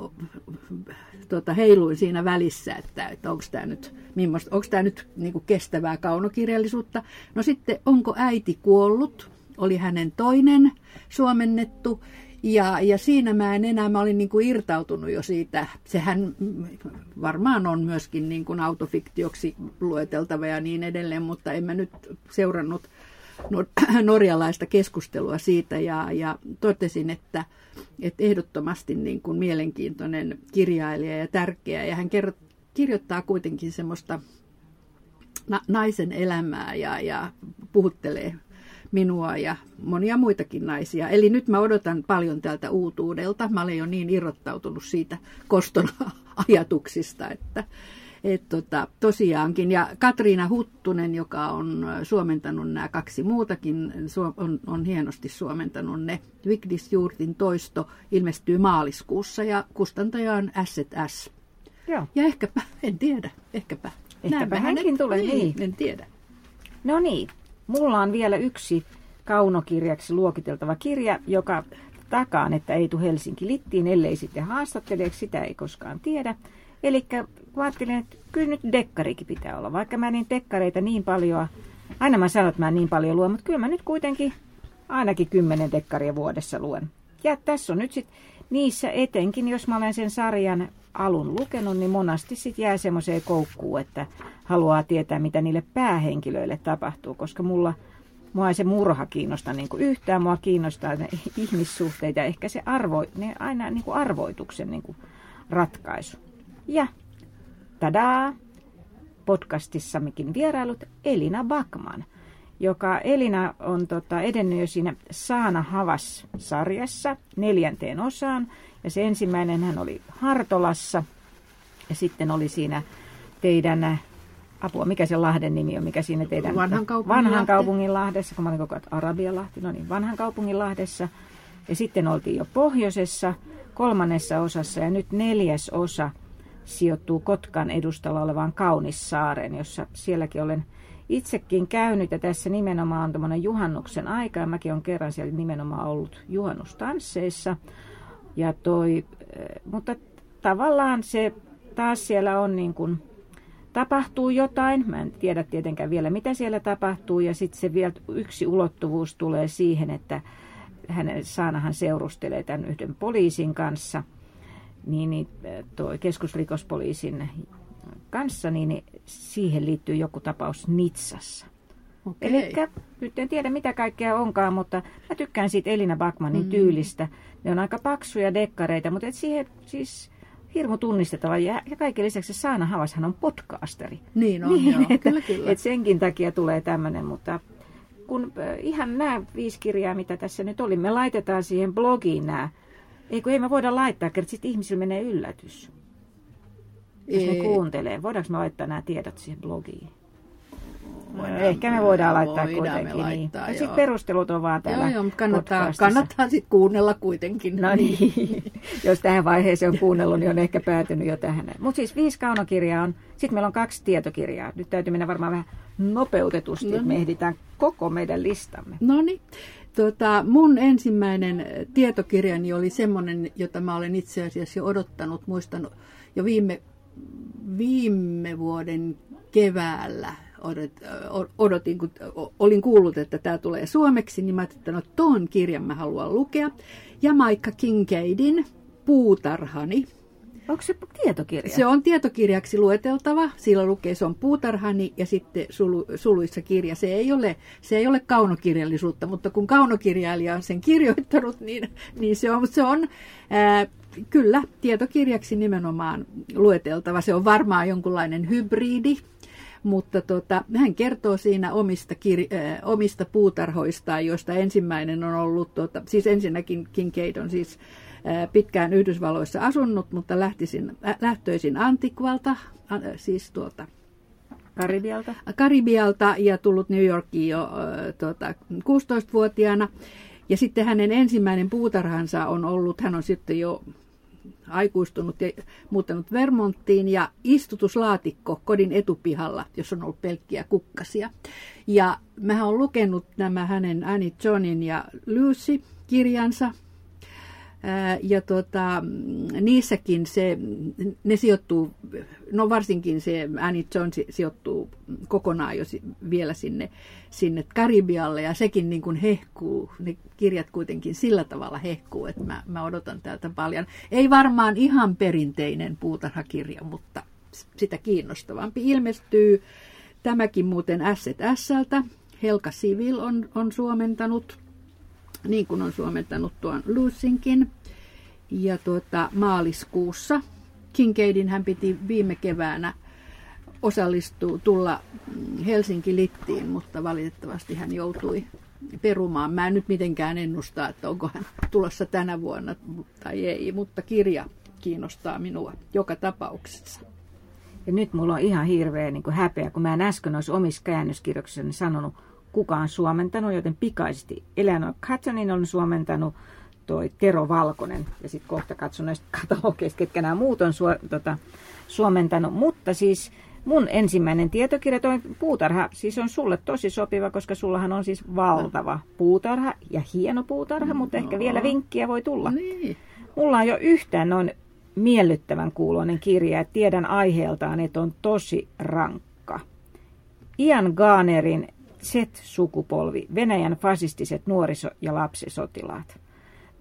heiluin siinä välissä, että onko tämä nyt niin kuin kestävää kaunokirjallisuutta. No sitten Onko äiti kuollut? Oli hänen toinen suomennettu. Ja siinä mä olin niin kuin irtautunut jo siitä. Sehän varmaan on myöskin niin kuin autofiktioksi lueteltava ja niin edelleen, mutta en mä nyt seurannut norjalaista keskustelua siitä ja totesin, että ehdottomasti niin kuin mielenkiintoinen kirjailija ja tärkeä. Ja hän kirjoittaa kuitenkin semmoista naisen elämää ja puhuttelee minua ja monia muitakin naisia. Eli nyt mä odotan paljon tältä uutuudelta. Mä olen jo niin irrottautunut siitä koston ajatuksista, että tosiaankin. Ja Katriina Huttunen, joka on suomentanut nämä 2 muutakin, on hienosti suomentanut ne. Vigdis Hjorthin toisto ilmestyy maaliskuussa ja kustantaja on S&S. Joo. Ja ehkäpä, en tiedä, ehkäpä hänkin tulee, niin. En tiedä. No niin. Mulla on vielä yksi kaunokirjaksi luokiteltava kirja, joka takaan, että ei tule Helsinki-Littiin, ellei sitten haastattelijaksi, sitä ei koskaan tiedä. Eli ajattelin, että kyllä nyt dekkarikin pitää olla, vaikka mä niin dekkareita niin paljon, aina mä sanon, että mä niin paljon luen, mutta kyllä mä nyt kuitenkin ainakin 10 dekkaria vuodessa luen. Ja tässä on nyt sitten niissä etenkin, jos mä olen sen sarjan alun lukenut, niin monasti sitten jää semmoiseen koukkuun, että haluaa tietää, mitä niille päähenkilöille tapahtuu, koska mua ei se murha kiinnosta niin kuin yhtään, mua kiinnostaa ne ihmissuhteet ja ehkä se aina niin kuin arvoituksen niin kuin ratkaisu. Ja tadaa, podcastissammekin vierailut Elina Backman, joka Elina on edennyt jo siinä Saana Havas-sarjassa 4. osaan. Ja se ensimmäinen hän oli Hartolassa ja sitten oli siinä teidän, mikä se lahden nimi on, mikä siinä teidän Vanhan kaupungin lahdessa, kun mä olin koko ajan Arabialahti, no niin, Vanhan kaupungin lahdessa. Ja sitten oltiin jo pohjoisessa 3. osassa ja nyt 4. osa sijoittuu Kotkan edustalla olevaan Kaunissaareen, jossa sielläkin olen itsekin käynyt ja tässä nimenomaan on tämmöinen juhannuksen aika ja mäkin olen kerran siellä nimenomaan ollut juhannustansseissa. Ja mutta tavallaan se taas siellä on niin kuin, tapahtuu jotain, mä en tiedä tietenkään vielä mitä siellä tapahtuu ja sitten se vielä yksi ulottuvuus tulee siihen, että Saanahan seurustelee tämän yhden poliisin kanssa, niin toi keskusrikospoliisin kanssa, niin siihen liittyy joku tapaus Nitsassa. Okay. Eli nyt en tiedä mitä kaikkea onkaan, mutta mä tykkään siitä Elina Backmanin tyylistä. Ne on aika paksuja dekkareita, mutta siihen siis hirmu tunnistettava. Ja kaiken lisäksi Saana Havashan on podcasteri. Niin on, joo. Kyllä. Et senkin takia tulee tämmöinen, mutta kun ihan nämä 5 kirjaa, mitä tässä nyt oli, me laitetaan siihen blogiin nämä. Ei me voida laittaa, kertaa sitten ihmisillä menee yllätys. Jos ne kuuntelee, voidaanko me laittaa nämä tiedot siihen blogiin? Ehkä me voidaan laittaa kuitenkin. Niin. Ja sitten perustelut on vaan täällä. Joo, mutta kannattaa sitten kuunnella kuitenkin. No niin, jos tähän vaiheeseen on kuunnellut, niin on ehkä päätynyt jo tähän. Mutta siis 5 kaunokirjaa on. Sitten meillä on 2 tietokirjaa. Nyt täytyy mennä varmaan vähän nopeutetusti, että me ehditään koko meidän listamme. No niin. Mun ensimmäinen tietokirjani oli semmoinen, jota mä olen itse asiassa jo odottanut. Muistan jo viime vuoden keväällä odotin, kun olin kuullut, että tämä tulee suomeksi, niin mä ajattelin, että no tuon kirjan mä haluan lukea. Jamaica Kincaidin Puutarhani. Onko se tietokirja? Se on tietokirjaksi lueteltava. Sillä lukee, se on Puutarhani ja sitten suluissa kirja. Se ei ole kaunokirjallisuutta, mutta kun kaunokirjailija on sen kirjoittanut, niin se on kyllä tietokirjaksi nimenomaan lueteltava. Se on varmaan jonkunlainen hybridi. Mutta hän kertoo siinä omista puutarhoistaan, joista ensimmäinen on ollut, siis ensinnäkin Kincaid on siis pitkään Yhdysvalloissa asunut, mutta lähtöisin Antiqualta, siis Karibialta ja tullut New Yorkiin jo 16-vuotiaana. Ja sitten hänen ensimmäinen puutarhansa on ollut, hän on sitten jo aikuistunut ja muuttanut Vermonttiin ja istutuslaatikko kodin etupihalla, jossa on ollut pelkkiä kukkasia. Ja mä oon lukenut nämä hänen Annie Johnin ja Lucy-kirjansa. Ja niissäkin ne sijoittuu, no varsinkin se Annie John sijoittuu kokonaan jo vielä sinne Karibialle ja sekin niin kuin hehkuu, ne kirjat kuitenkin sillä tavalla hehkuu, että mä odotan täältä paljon. Ei varmaan ihan perinteinen puutarhakirja, mutta sitä kiinnostavampi. Ilmestyy tämäkin muuten S&S:ltä. Helka Sivil on suomentanut, niin kuin on suomentanut tuon Lucynkin. Ja maaliskuussa Kincaidin hän piti viime keväänä tulla Helsinki-Littiin, mutta valitettavasti hän joutui perumaan. Mä en nyt mitenkään ennustaa, että onko hän tulossa tänä vuonna tai ei, mutta kirja kiinnostaa minua joka tapauksessa. Ja nyt mulla on ihan hirveä niin kuin häpeä, kun mä en äsken olisi omissa käännöskirjoksissani sanonut, kuka on suomentanut, joten pikaisesti Eleanor Cattonin on suomentanut toi Tero Valkonen, ja sitten kohta katson näistä katalogeista, ketkä nämä muut on suomentanut, mutta siis mun ensimmäinen tietokirja, toi puutarha, siis on sulle tosi sopiva, koska sullahan on siis valtava puutarha ja hieno puutarha, mutta ehkä vielä vinkkiä voi tulla. Niin. Mulla on jo yhtään noin miellyttävän kuuloinen kirja, ja tiedän aiheeltaan, että on tosi rankka. Ian Garnerin Z-sukupolvi, Venäjän fasistiset nuoriso- ja lapsisotilaat.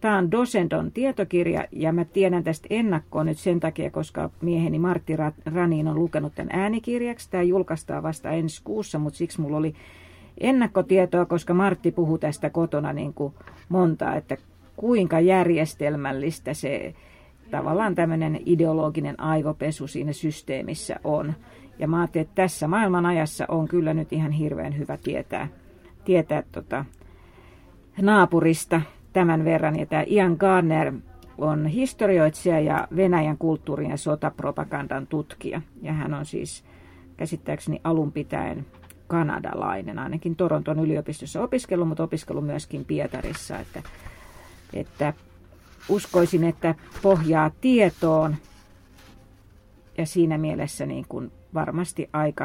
Tämä on Dosendon tietokirja ja mä tiedän tästä ennakkoon nyt sen takia, koska mieheni Martti Ranin on lukenut tämän äänikirjaksi. Tämä julkaistaan vasta ensi kuussa, mutta siksi mulla oli ennakkotietoa, koska Martti puhui tästä kotona niin kuin monta, että kuinka järjestelmällistä se tavallaan tämmöinen ideologinen aivopesu siinä systeemissä on. Ja mä ajattelin, että tässä maailman ajassa on kyllä nyt ihan hirveän hyvä tietää naapurista tämän verran. Ja tämä Ian Gardner on historioitsija ja Venäjän kulttuurin ja sotapropagandan tutkija. Ja hän on siis käsittääkseni alun pitäen kanadalainen, ainakin Toronton yliopistossa opiskellut, mutta opiskellut myöskin Pietarissa. Että uskoisin, että pohjaa tietoon ja siinä mielessä niin kuin varmasti aika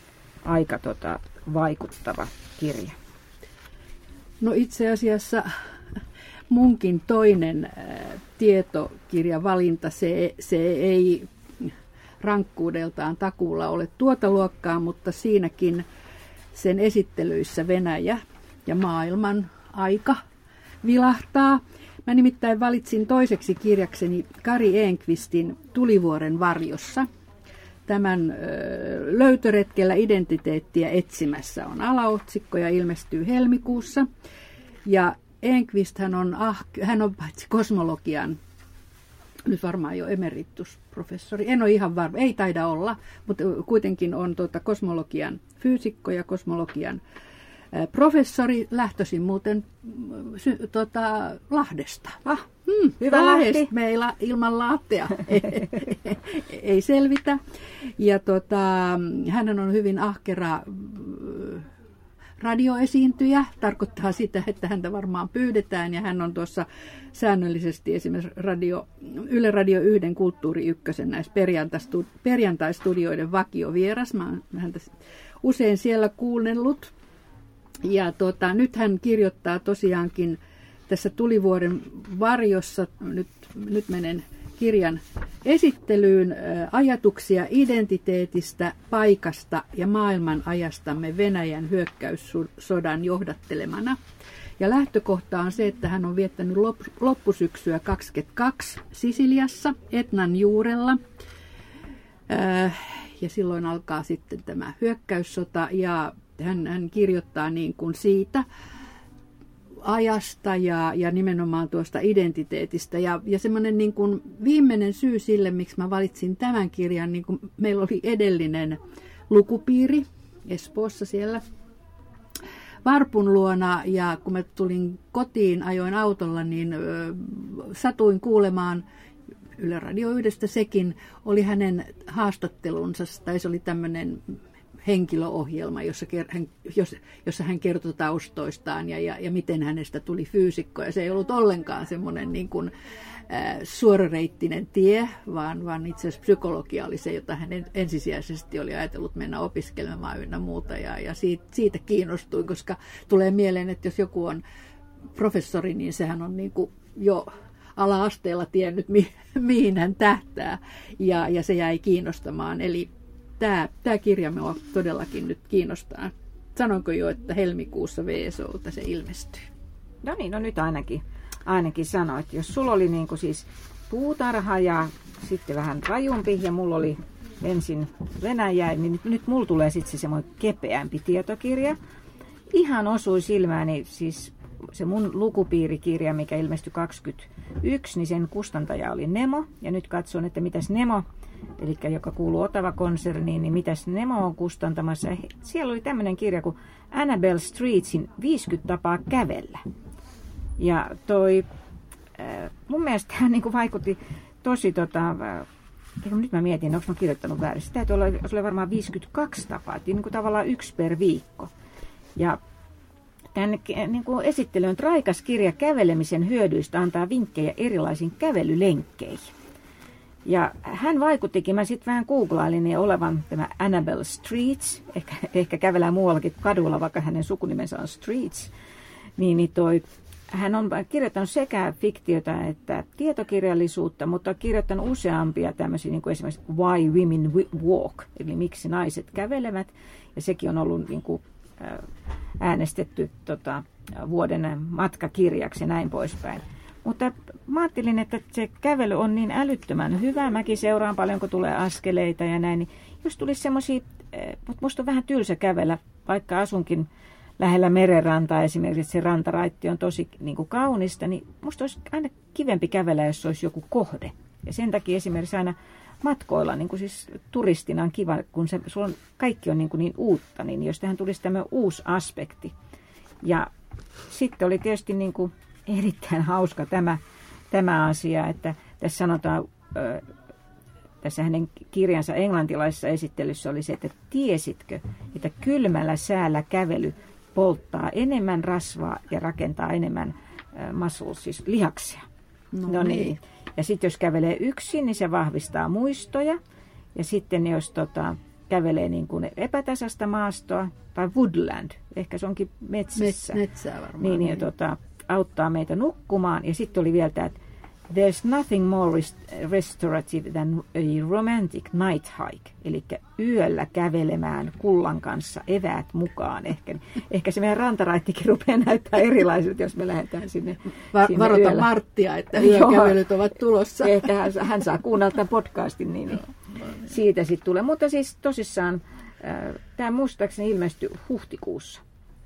vaikuttava kirja. No itse asiassa munkin toinen tietokirjavalinta, se ei rankkuudeltaan takuulla ole tuota luokkaa, mutta siinäkin sen esittelyissä Venäjä ja maailman aika vilahtaa. Mä nimittäin valitsin toiseksi kirjakseni Kari Enqvistin Tulivuoren varjossa. Tämän löytöretkellä identiteettiä etsimässä on alaotsikko ja ilmestyy helmikuussa. Ja Enqvist hän on paitsi kosmologian, nyt varmaan jo emeritusprofessori, en ole ihan varma, ei taida olla, mutta kuitenkin on kosmologian fyysikko ja kosmologian professori, lähtöisin muuten Lahdesta. Hyvä Lahti. Meillä ilman Lahtea ei selvitä. Ja hän on hyvin ahkera radioesiintyjä, tarkoittaa sitä, että häntä varmaan pyydetään, ja hän on tuossa säännöllisesti esimerkiksi Yle Radio 1 Kulttuuri Ykkösen näissä perjantaistudioiden vakiovieras. Mä oon häntä usein siellä kuunnellut. Ja nyt hän kirjoittaa tosiaankin tässä Tulivuoren varjossa, nyt menen kirjan esittelyyn, ajatuksia identiteetistä, paikasta ja maailman ajastamme Venäjän hyökkäyssodan johdattelemana. Ja lähtökohta on se, että hän on viettänyt loppusyksyä 22 Sisiliassa, Etnan juurella. Ja silloin alkaa sitten tämä hyökkäyssota ja hän kirjoittaa niin kuin siitä ajasta ja nimenomaan tuosta identiteetistä. Ja semmoinen niin kuin viimeinen syy sille, miksi mä valitsin tämän kirjan, niin kuin meillä oli edellinen lukupiiri Espoossa siellä Varpun luona, ja kun mä tulin kotiin, ajoin autolla, niin satuin kuulemaan Yle Radio 1 sekin, oli hänen haastattelunsa, tai se oli tämmöinen henkilöohjelma, jossa hän kertoi taustoistaan ja miten hänestä tuli fyysikko. Ja se ei ollut ollenkaan semmoinen niin kuin suorareittinen tie, vaan itse asiassa psykologia oli se, jota hän ensisijaisesti oli ajatellut mennä opiskelemaan ynnä muuta. Ja siitä kiinnostuin, koska tulee mieleen, että jos joku on professori, niin sehän on niin kuin jo ala-asteella tiennyt, mihin hän tähtää. Ja se jäi kiinnostamaan. Eli tämä kirja minua todellakin nyt kiinnostaa. Sanoinko jo, että helmikuussa VSOlta se ilmestyy? No niin, no nyt ainakin sanoit. Jos sulla oli niin kuin siis puutarha ja sitten vähän rajumpi ja mulla oli ensin Venäjä, niin nyt mulla tulee sitten se semmoinen kepeämpi tietokirja. Ihan osui silmääni siis se mun lukupiirikirja, mikä ilmestyi 21, niin sen kustantaja oli Nemo. Ja nyt katson, että mitäs Nemo, eli joka kuuluu Otava-konserniin, niin mitäs Nemo on kustantamassa. Siellä oli tämmöinen kirja kuin Annabelle Streetsin 50 tapaa kävellä. Ja mun mielestä tämä niin vaikutti tosi, nyt mä mietin, onko mä kirjoittanut väärin. Se täytyy olla varmaan 52 tapaa, niin kuin tavallaan 1 per viikko. Ja tämän niin kuin esittely on raikas kirja kävelemisen hyödyistä, antaa vinkkejä erilaisiin kävelylenkkeihin. Ja hän vaikuttikin, mä sitten vähän googlailin ja olevan tämä Annabelle Streets, ehkä kävelää muuallakin kadulla, vaikka hänen sukunimensä on Streets, hän on kirjoittanut sekä fiktiota että tietokirjallisuutta, mutta kirjoittanut useampia tämmöisiä, niin kuin esimerkiksi Why Women Walk, eli miksi naiset kävelevät, ja sekin on ollut niin kuin äänestetty vuoden matkakirjaksi ja näin poispäin. Mutta mä ajattelin, että se kävely on niin älyttömän hyvä. Mäkin seuraan paljon, kun tulee askeleita ja näin. Niin jos tulisi semmoisia, mutta musta on vähän tylsä kävellä, vaikka asunkin lähellä merenrantaa esimerkiksi, se rantaraitti on tosi niin kuin kaunista, niin musta olisi aina kivempi kävellä, jos olisi joku kohde. Ja sen takia esimerkiksi aina matkoilla, niin kuin siis turistina on kiva, kun sulla on, kaikki on niin uutta, niin jos tähän tulisi tämmöinen uusi aspekti. Ja sitten oli tietysti niin kuin erittäin hauska tämä asia, että tässä sanotaan, tässä hänen kirjansa englantilaisessa esittelyssä oli se, että tiesitkö, että kylmällä säällä kävely polttaa enemmän rasvaa ja rakentaa enemmän muscles, siis lihaksia. No niin. Ja sitten jos kävelee yksin, niin se vahvistaa muistoja. Ja sitten jos kävelee niin kuin epätasasta maastoa, tai woodland, ehkä se onkin metsässä. Metsää varmaan. Niin. Auttaa meitä nukkumaan. Ja sitten oli vielä tämä, että there's nothing more restorative than a romantic night hike. Eli yöllä kävelemään kullan kanssa, eväät mukaan. Ehkä se meidän rantaraittikin rupeaa näyttää erilaiset, jos me lähdetään sinne Varota yöllä. Marttia, että yökävelyt ovat tulossa. Ehkä hän saa kuunnella tämän podcastin, niin siitä sitten tulee. Mutta siis tosissaan tämä muistaakseni ilmestyi huhtikuussa.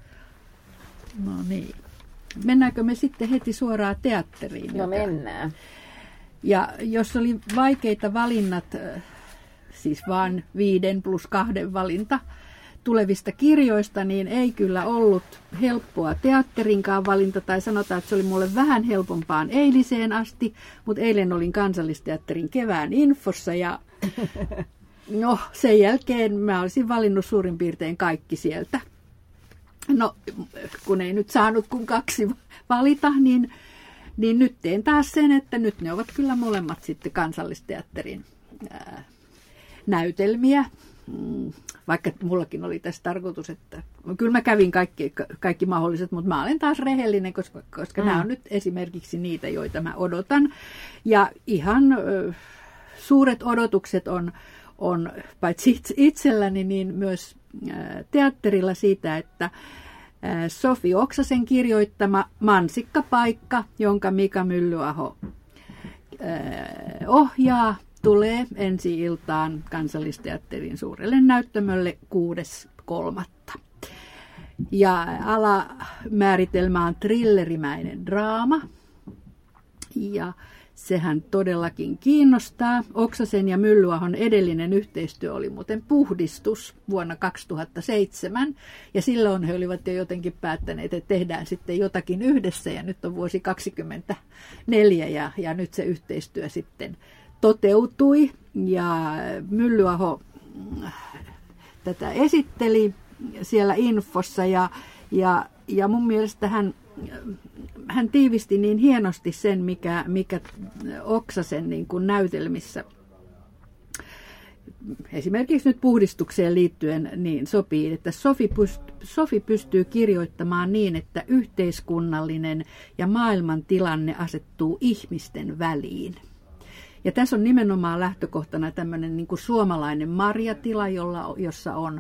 No niin. Mennäänkö me sitten heti suoraan teatteriin? No mennään. Ja jos oli vaikeita valinnat, siis vaan 5+2 valinta tulevista kirjoista, niin ei kyllä ollut helppoa teatterinkaan valinta, tai sanotaan, että se oli mulle vähän helpompaan eiliseen asti, mutta eilen olin Kansallisteatterin kevään infossa, ja no sen jälkeen mä olisin valinnut suurin piirtein kaikki sieltä. No, kun ei nyt saanut kuin 2 valita, niin nyt teen taas sen, että nyt ne ovat kyllä molemmat sitten Kansallisteatterin näytelmiä. Vaikka mullakin oli tässä tarkoitus, että kyllä mä kävin kaikki mahdolliset, mutta mä olen taas rehellinen, koska nämä on nyt esimerkiksi niitä, joita mä odotan. Ja ihan suuret odotukset on paitsi itselläni, niin myös teatterilla siitä, että Sofi Oksasen kirjoittama Mansikkapaikka, jonka Mika Myllyaho ohjaa, tulee ensi-iltaan Kansallisteatterin suurelle näyttämölle 6.3. Ja alamääritelmä on thrillerimäinen draama. Ja sehän todellakin kiinnostaa. Oksasen ja Myllyahon edellinen yhteistyö oli muuten Puhdistus vuonna 2007. Ja silloin he olivat jo jotenkin päättäneet, että tehdään sitten jotakin yhdessä. Ja nyt on vuosi 2024 ja nyt se yhteistyö sitten toteutui. Ja Myllyaho tätä esitteli siellä infossa ja mun mielestä hän tiivisti niin hienosti sen, mikä Oksasen niin kuin näytelmissä esimerkiksi nyt Puhdistukseen liittyen niin sopii, että Sofi pystyy kirjoittamaan niin, että yhteiskunnallinen ja maailman tilanne asettuu ihmisten väliin. Ja tässä on nimenomaan lähtökohtana tämmöinen niin kuin suomalainen marjatila, jossa on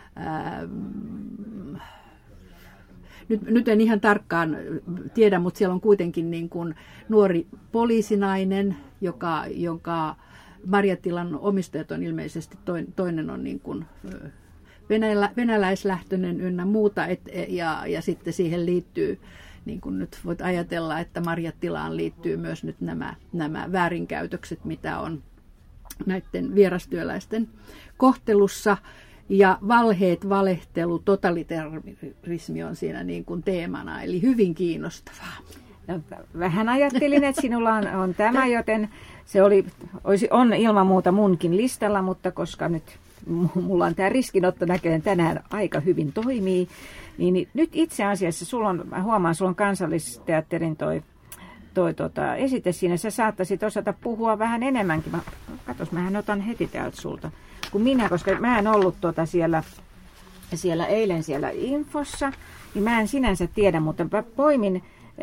nyt en ihan tarkkaan tiedä, mutta siellä on kuitenkin niin kuin nuori poliisinainen, jonka marjatilan omistajat on ilmeisesti toinen on niin kuin venäläislähtöinen ynnä muuta, ja sitten siihen liittyy, niin kuin nyt voit ajatella, että marjatilaan liittyy myös nyt nämä väärinkäytökset, mitä on näiden vierastyöläisten kohtelussa. Ja valheet, valehtelu, totalitarismi on siinä niin kuin teemana, eli hyvin kiinnostavaa. No, vähän ajattelin, että sinulla on tämä, joten se on ilman muuta munkin listalla, mutta koska nyt mulla on tämä riskinotto näköjään tänään aika hyvin toimii, niin nyt itse asiassa mä huomaan, sulla on Kansallisteatterin toi esite siinä, sä saattaisit osata puhua vähän enemmänkin. Mähän otan heti täältä sulta kuin minä, koska mä en ollut siellä eilen siellä infossa, niin mä en sinänsä tiedä, mutta mä poimin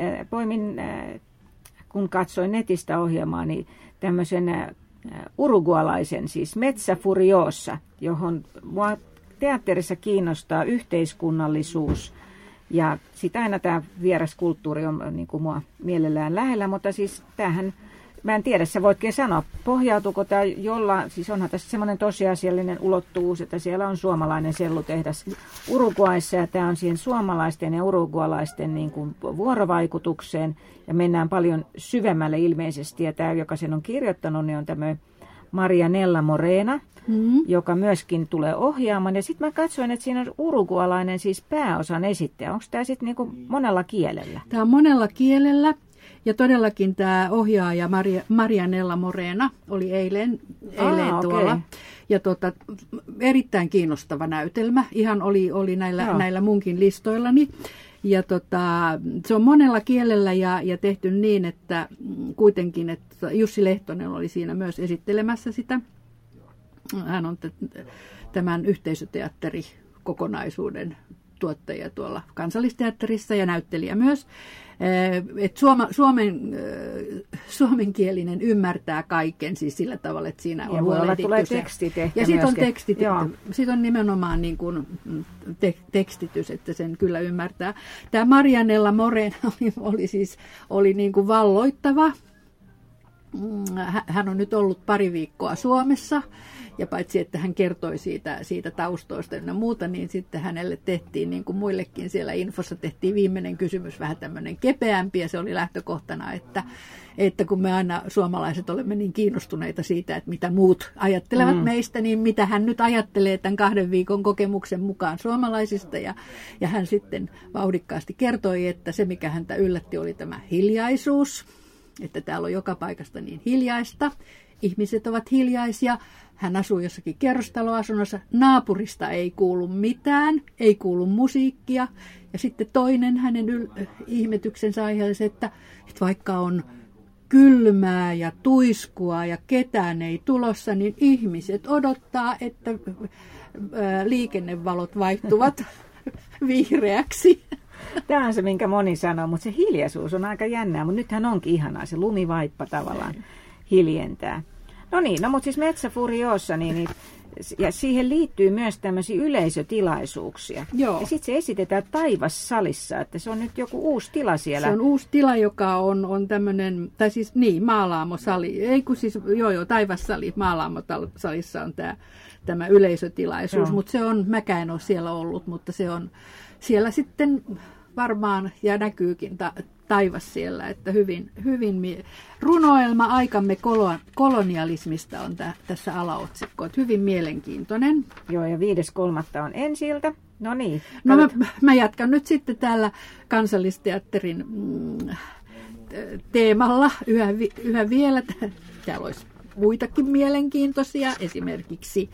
kun katsoin netistä ohjelmaa, niin tämmöisen urugualaisen, siis Metsä Furiosa, johon mua teatterissa kiinnostaa yhteiskunnallisuus Ja sitä aina tämä vieraskulttuuri on niin kuin mua mielellään lähellä, mutta siis tämähän, mä en tiedä, sä voitkin sanoa, pohjautuuko tämä siis onhan tässä semmoinen tosiasiallinen ulottuvuus, että siellä on suomalainen sellutehdas Uruguayssa ja tämä on siihen suomalaisten ja urugualaisten niin kuin vuorovaikutukseen ja mennään paljon syvemmälle ilmeisesti ja tämä, joka sen on kirjoittanut, niin on tämmöinen Marianella Morena, joka myöskin tulee ohjaamaan. Ja sitten mä katsoin, että siinä on urugualainen siis pääosan esittäjä. Onko tämä sitten niinku monella kielellä? Tämä on monella kielellä. Ja todellakin tämä ohjaaja Marianella Morena oli eilen tuolla. Okay. Ja erittäin kiinnostava näytelmä. Ihan oli näillä munkin listoillani. Ja se on monella kielellä ja tehty niin, että kuitenkin, että Jussi Lehtonen oli siinä myös esittelemässä sitä. Hän on tämän yhteisöteatterikokonaisuuden tuottaja tuolla Kansallisteatterissa ja näyttelijä myös. Et suomenkielinen ymmärtää kaiken siis sillä tavalla, että siinä on huolehdittu. Tulee tekstit ehkä ja sitten on tekstit, sit on nimenomaan niin kuin tekstitys, että sen kyllä ymmärtää. Tämä Marianella Morena oli niin kuin valloittava. Hän on nyt ollut pari viikkoa Suomessa. Ja paitsi, että hän kertoi siitä taustoista ja muuta, niin sitten hänelle tehtiin, niin kuin muillekin siellä infossa, tehtiin viimeinen kysymys vähän tämmöinen kepeämpi. Ja se oli lähtökohtana, että kun me aina suomalaiset olemme niin kiinnostuneita siitä, että mitä muut ajattelevat meistä, niin mitä hän nyt ajattelee tämän 2 viikon kokemuksen mukaan suomalaisista. Ja hän sitten vauhdikkaasti kertoi, että se mikä häntä yllätti oli tämä hiljaisuus, että täällä on joka paikasta niin hiljaista. Ihmiset ovat hiljaisia. Hän asuu jossakin kerrostaloasunnossa. Naapurista ei kuulu mitään, ei kuulu musiikkia. Ja sitten toinen hänen ihmetyksensä aihe oli se, että vaikka on kylmää ja tuiskua ja ketään ei tulossa, niin ihmiset odottaa, että liikennevalot vaihtuvat vihreäksi. Tämä on se, minkä moni sanoo, mutta se hiljaisuus on aika jännää. Mutta nythän onkin ihanaa, se lumivaippa tavallaan hiljentää. No niin, mutta siis Mezza Furiosa, ja siihen liittyy myös tämmöisiä yleisötilaisuuksia. Joo. Ja sitten se esitetään Taivassalissa, että se on nyt joku uusi tila siellä. Se on uusi tila, joka on tämmöinen, tai siis Maalaamo-sali, Taivassali, Maalaamo-salissa on tämä yleisötilaisuus, mutta se on, mäkään en ole siellä ollut, mutta se on siellä sitten varmaan, ja näkyykin taivas siellä, että hyvin runoelma aikamme kolonialismista on tässä alaotsikko, että hyvin mielenkiintoinen. Joo, ja 5.3. on ensi-ilta. No niin. No mä jatkan nyt sitten täällä Kansallisteatterin teemalla yhä vielä. Täällä olisi muitakin mielenkiintoisia, esimerkiksi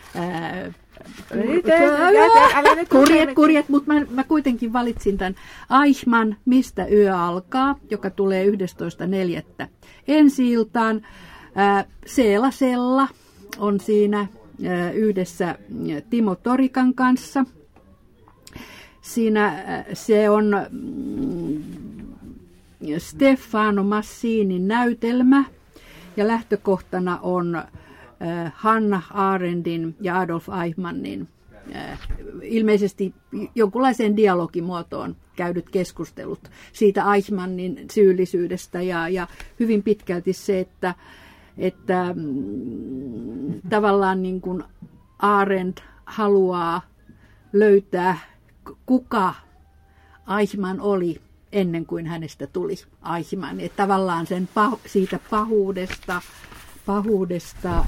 kurjet, mutta mä kuitenkin valitsin tämän Eichmann, Mistä yö alkaa, joka tulee 11.4. ensi-iltaan. Sella on siinä yhdessä Timo Torikan kanssa. Siinä se on Stefano Massinin näytelmä ja lähtökohtana on Hannah Arendtin ja Adolf Eichmannin ilmeisesti jonkunlaiseen dialogimuotoon käydyt keskustelut siitä Eichmannin syyllisyydestä ja hyvin pitkälti se, että tavallaan niin kuin Arendt haluaa löytää, kuka Eichmann oli ennen kuin hänestä tuli Eichmann. Että tavallaan sen siitä pahuudesta,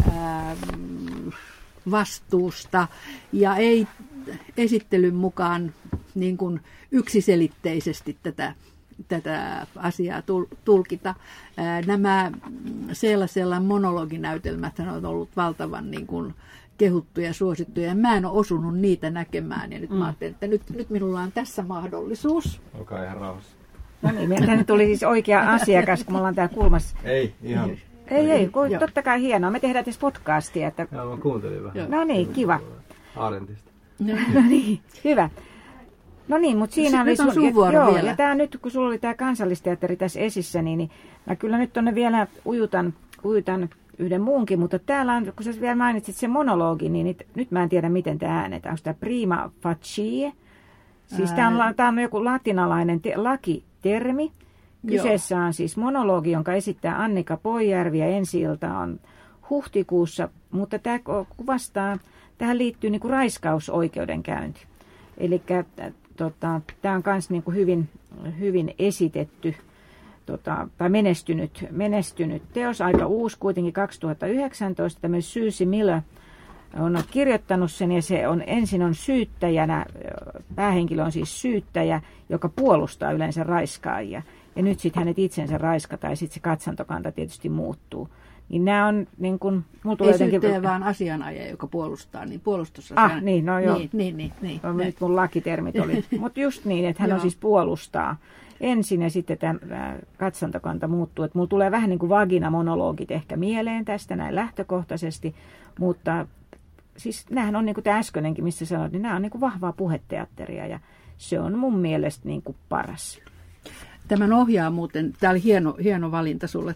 vastuusta ja ei esittelyn mukaan niin kuin yksiselitteisesti tätä asiaa tulkita. Nämä Sellan monologinäytelmät on ollut valtavan niin kuin kehuttuja ja suosittuja. Mä en ole osunut niitä näkemään ja nyt mä ajattelin, että nyt minulla on tässä mahdollisuus. Olkaa ihan rauhassa. No niin, meiltä tuli siis oikea asiakas, kun me ollaan täällä kulmassa. Ei, ihan. Ei, totta kai hienoa. Me tehdään tässä podcastia. Että... Joo, mä kuuntelin vähän. No niin, kiva. Arendtista. No niin, hyvä. No niin, mutta siinä oli sun vuoro vielä. Ja tämä nyt, kun sulla oli tämä Kansallisteatteri tässä esissä, niin mä kyllä nyt tonne vielä ujutan yhden muunkin, mutta täällä on, kun sä vielä mainitsit sen monologin, niin nyt mä en tiedä, miten tämä äänetään. Onko tämä prima facie? Siis tämä on joku latinalainen lakitermi. Kyseessä on siis monologi, jonka esittää Annika Poijärvi ja ensi-ilta on huhtikuussa, mutta tämä kuvastaa, tähän liittyy niin kuin raiskausoikeudenkäynti. Eli tämä on myös niin kuin hyvin esitetty tai menestynyt teos, aika uusi kuitenkin 2019. Tämmöinen Susie Miller on kirjoittanut sen ja se on ensin on syyttäjänä, päähenkilö on siis syyttäjä, joka puolustaa yleensä raiskaajia. Ja nyt sitten hänet itsensä raiskataan ja sitten se katsantokanta tietysti muuttuu. Niin nämä on niin kuin... Ei syyttäjä, vaan asianajaja, joka puolustaa, niin puolustusasianajaja. Niin, no joo. Niin. No, nyt mun lakitermit oli. Mutta just niin, että hän on siis puolustaa ensin ja sitten tämä katsantokanta muuttuu. Että mulla tulee vähän niin kuin vagina-monologit ehkä mieleen tästä näin lähtökohtaisesti, mutta siis nämähän on niin kuin tämä äskeinenkin, missä sanoit, niin nämä on niin kuin vahvaa puheteatteria ja se on mun mielestä niin kuin paras. Tämän ohjaa muuten, tämä oli hieno valinta sulle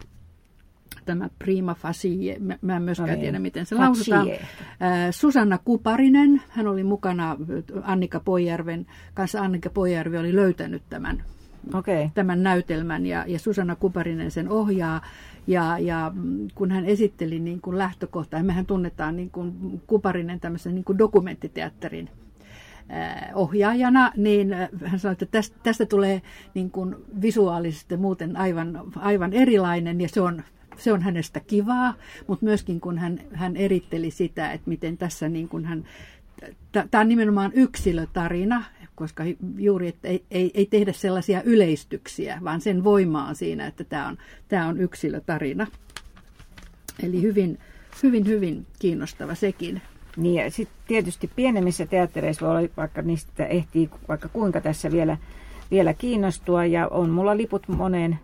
tämä Prima Facie, mä en myöskään tiedä miten se lausutaan. Susanna Kuparinen, hän oli mukana Annika Poijärven kanssa. Annika Poijärvi oli löytänyt tämän näytelmän ja Susanna Kuparinen sen ohjaa. Ja kun hän esitteli niin kuin lähtökohtaa, mehän tunnetaan niin kuin Kuparinen tämmöisen niin kuin dokumenttiteatterin ohjaajana, niin hän sanoi, että tästä tulee niin kuin visuaalisesti muuten aivan erilainen ja se on hänestä kivaa, mutta myöskin kun hän eritteli sitä, että miten tässä niin kuin tämä on nimenomaan yksilötarina, koska juuri että ei tehdä sellaisia yleistyksiä, vaan sen voima on siinä, että tämä on yksilötarina. Eli hyvin kiinnostava sekin. Niin ja sitten tietysti pienemmissä teattereissa voi olla, vaikka niistä ehtii vaikka kuinka tässä vielä kiinnostua ja on mulla liput moneen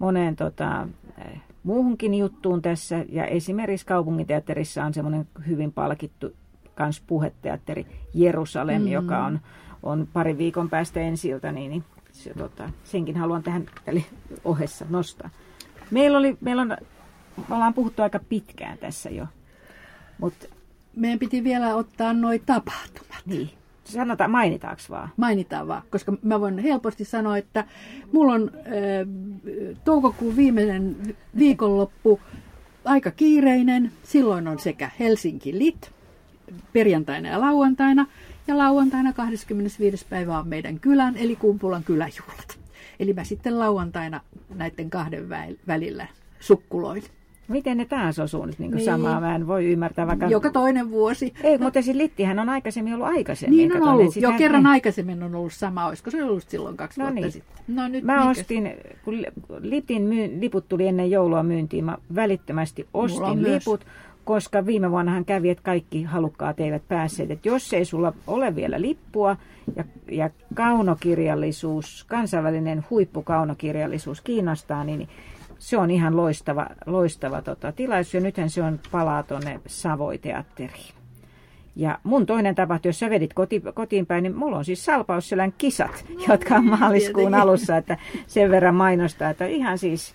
muuhunkin juttuun tässä ja esimerkiksi kaupunginteatterissa on semmoinen hyvin palkittu kans puheteatteri Jerusalem, joka on parin viikon päästä ensi-ilta, niin se, senkin haluan tähän ohessa nostaa. Me ollaan puhuttu aika pitkään tässä jo, mutta meidän piti vielä ottaa nuo tapahtumat. Niin. Mainitaanko vaan? Mainitaan vaan, koska mä voin helposti sanoa, että mulla on toukokuun viimeinen viikonloppu aika kiireinen. Silloin on sekä Helsinki Lit perjantaina ja lauantaina. Ja lauantaina 25. päivä on meidän kylän, eli Kumpulan kyläjuhlat. Eli mä sitten lauantaina näiden kahden välillä sukkuloin. Miten ne taas osuu nyt niin samaa? Mä en voi ymmärtää vaikka... Joka toinen vuosi. Ei, mutta se Littihän on aikaisemmin ollut aikaisemmin. Niin on ollut. Jo kerran aikaisemmin on ollut sama. Olisiko se ollut silloin 2 vuotta sitten? No nyt mä ostin, kun Litin liput tuli ennen joulua myyntiin, mä välittömästi ostin liput, koska viime vuonnahan kävi, että kaikki halukkaat eivät päässeet. Että jos ei sulla ole vielä lippua ja kaunokirjallisuus, kansainvälinen huippukaunokirjallisuus kiinnostaa, niin se on ihan loistava tilaisuus ja nythän se on palaa tuonne Savoy-teatteriin. Ja mun toinen tapahtui, jos sä vedit kotiin päin, niin mulla on siis Salpausselän kisat, jotka on maaliskuun alussa, että sen verran mainostaa, että ihan siis...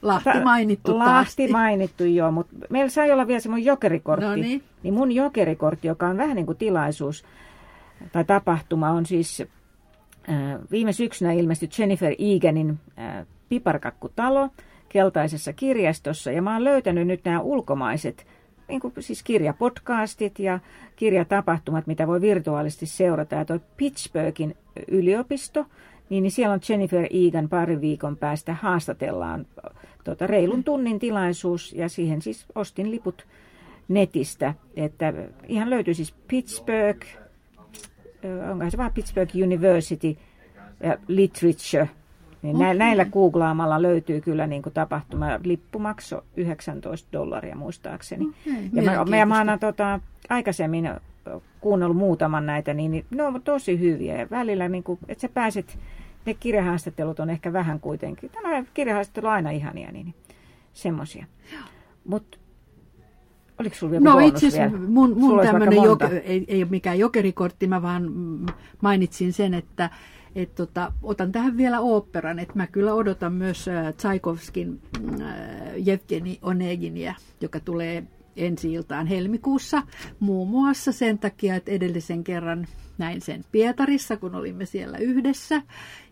Lahti mainittu, joo, mutta meillä sai olla vielä se mun jokerikortti. Niin mun jokerikortti, joka on vähän niin kuin tilaisuus tai tapahtuma, on siis viime syksynä ilmestyi Jennifer Eganin Piparkakkutalo keltaisessa kirjastossa. Ja mä oon löytänyt nyt nämä ulkomaiset, niin kuin siis kirjapodcastit ja kirjatapahtumat, mitä voi virtuaalisesti seurata. Ja toi Pittsburghin yliopisto, niin siellä on Jennifer Egan parin viikon päästä haastatellaan reilun tunnin tilaisuus. Ja siihen siis ostin liput netistä. Että ihan löytyy siis Pittsburgh, onko se vaan Pittsburgh University Literature. Niin näillä googlaamalla löytyy kyllä niin kuin tapahtuma. Lippu maksoi $19 muistaakseni. Ja mä oon aikaisemmin kuunnellut muutaman näitä, niin ne on tosi hyviä. Ja välillä, niin kuin, että sä pääset, ne kirjahaastattelut on ehkä vähän kuitenkin. Tämä kirjahaastattelu on aina ihania, niin semmoisia. Mutta oliko sulla vielä bonus itse asiassa mun tämmöinen ei ole mikään jokerikortti, mä vaan mainitsin sen, että otan tähän vielä oopperan, että mä kyllä odotan myös Tsaikovskin Jevgeni Oneginia, joka tulee ensi-iltaan helmikuussa. Muun muassa sen takia, että edellisen kerran näin sen Pietarissa, kun olimme siellä yhdessä.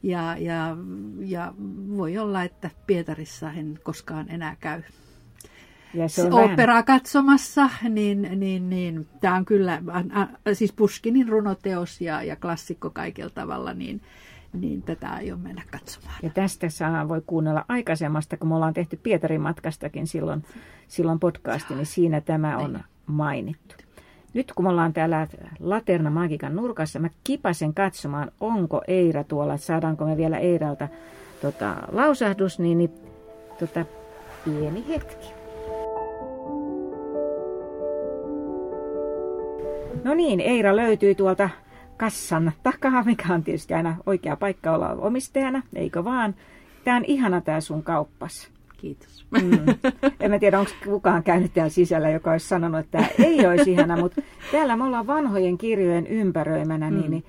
Ja voi olla, että Pietarissa en koskaan enää käy oopperaa katsomassa, niin tämä on kyllä siis Puškinin runoteos ja klassikko kaikella tavalla, niin tätä aion mennä katsomaan. Ja tästä voi kuunnella aikaisemmasta, kun me ollaan tehty Pietarin matkastakin silloin podcasti, niin siinä tämä on mainittu. Nyt kun me ollaan täällä Laterna Magican nurkassa, mä kipasen katsomaan, onko Eira tuolla, saadaanko me vielä Eiralta lausahdus, niin pieni hetki. No niin, Eira löytyi tuolta kassan takaa, mikä on tietysti aina oikea paikka olla omistajana, eikö vaan? Tää on ihana tää sun kauppas. Kiitos. En mä tiedä, onko kukaan käynyt täällä sisällä, joka olisi sanonut, että tämä ei olisi ihana, mutta täällä me ollaan vanhojen kirjojen ympäröimänä, niin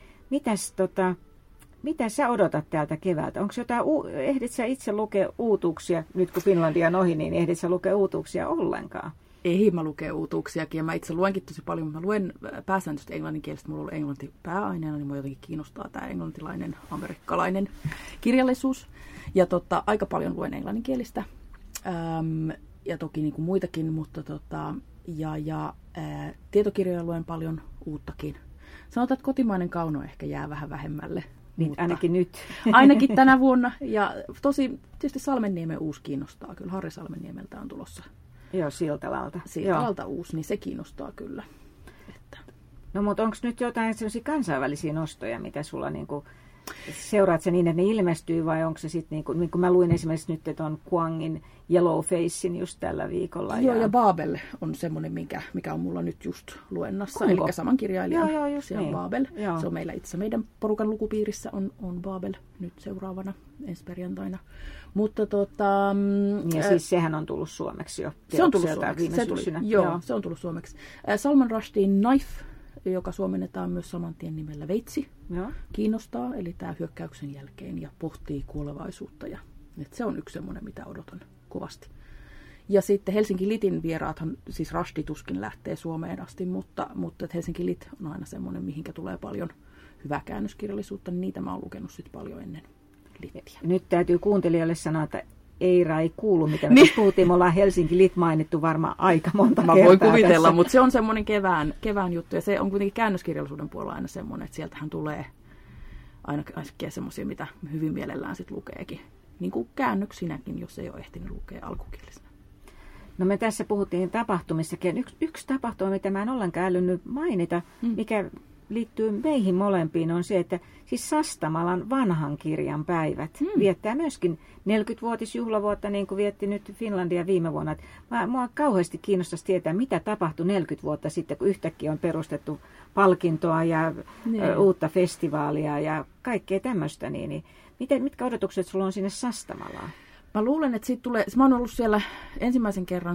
mitä sä odotat täältä keväältä? Onko jotain, ehdit sä itse lukea uutuuksia, nyt kun Finlandia on ohi, niin ehdit sä lukea uutuuksia ollenkaan? Ei, mä lukee uutuuksiakin ja mä itse luenkin tosi paljon, mutta mä luen pääsääntöisesti englanninkielistä. Mulla on ollut englanti pääaineena, niin mua jotenkin kiinnostaa tämä englantilainen, amerikkalainen kirjallisuus. Ja aika paljon luen englanninkielistä ja toki niin kuin muitakin, mutta tietokirjoja luen paljon uuttakin. Sanotaan, että kotimainen kauno ehkä jää vähän vähemmälle. Niin, ainakin nyt. Ainakin tänä vuonna. Ja tietysti Salmenniemen uusi kiinnostaa. Kyllä Harri Salmenniemeltä on tulossa. Joo, Siltalalta. Siltalalta uusi, niin se kiinnostaa kyllä. No mutta onko nyt jotain sellaisia kansainvälisiä nostoja, mitä sulla niinku, seuraat sä niin, että ne ilmestyy vai onko se sitten niin kuin mä luin esimerkiksi nyt, että on Kuangin Yellowfacein just tällä viikolla. Joo, ja Babel on semmoinen, mikä on mulla nyt just luennassa. Eli saman kirjailijan. Joo, se on niin. Babel. Joo. Se on meidän porukan lukupiirissä on Babel nyt seuraavana ensi perjantaina. Mutta ja siis sehän on tullut suomeksi jo. Se on tullut suomeksi. Se on tullut suomeksi. Salman Rushdiin Knife, joka suomennetaan myös saman tien nimellä Veitsi, kiinnostaa. Eli tämä hyökkäyksen jälkeen ja pohtii kuolevaisuutta. Se on yksi semmoinen, mitä odotan kovasti. Ja sitten Helsinki Litin vieraathan, siis Rushdie tuskin lähtee Suomeen asti, mutta Helsinki Lit on aina semmoinen, mihinkä tulee paljon hyvää käännöskirjallisuutta, niin niitä mä oon lukenut sitten paljon ennen Littiä. Nyt täytyy kuuntelijoille sanoa, että Eira ei kuulu, mitä me puhuttiin. Me ollaan Helsinki Lit mainittu varmaan aika monta kertaa. Mä voin kuvitella, tässä. Mutta se on semmoinen kevään juttu. Ja se on kuitenkin käännöskirjallisuuden puolella aina semmoinen, että sieltähän tulee aina semmoisia, mitä hyvin mielellään sit lukeekin. Niin kuin käännöksinäkin, jos ei ole ehtinyt lukea alkukielisenä. No me tässä puhuttiin tapahtumissakin. Yksi tapahtuma, mitä mä en ollenkaan älynnyt mainita, mikä liittyy meihin molempiin, on se, että siis Sastamalan vanhan kirjan päivät viettää myöskin 40-vuotisjuhlavuotta, niin kuin vietti nyt Finlandia viime vuonna. Mua kauheasti kiinnostaisi tietää, mitä tapahtui 40 vuotta sitten, kun yhtäkkiä on perustettu palkintoa ja uutta festivaalia ja kaikkea tämmöistä. Niin mitkä odotukset sulla on sinne Sastamalaan? Mä luulen, että siitä tulee, mä oon ollut siellä ensimmäisen kerran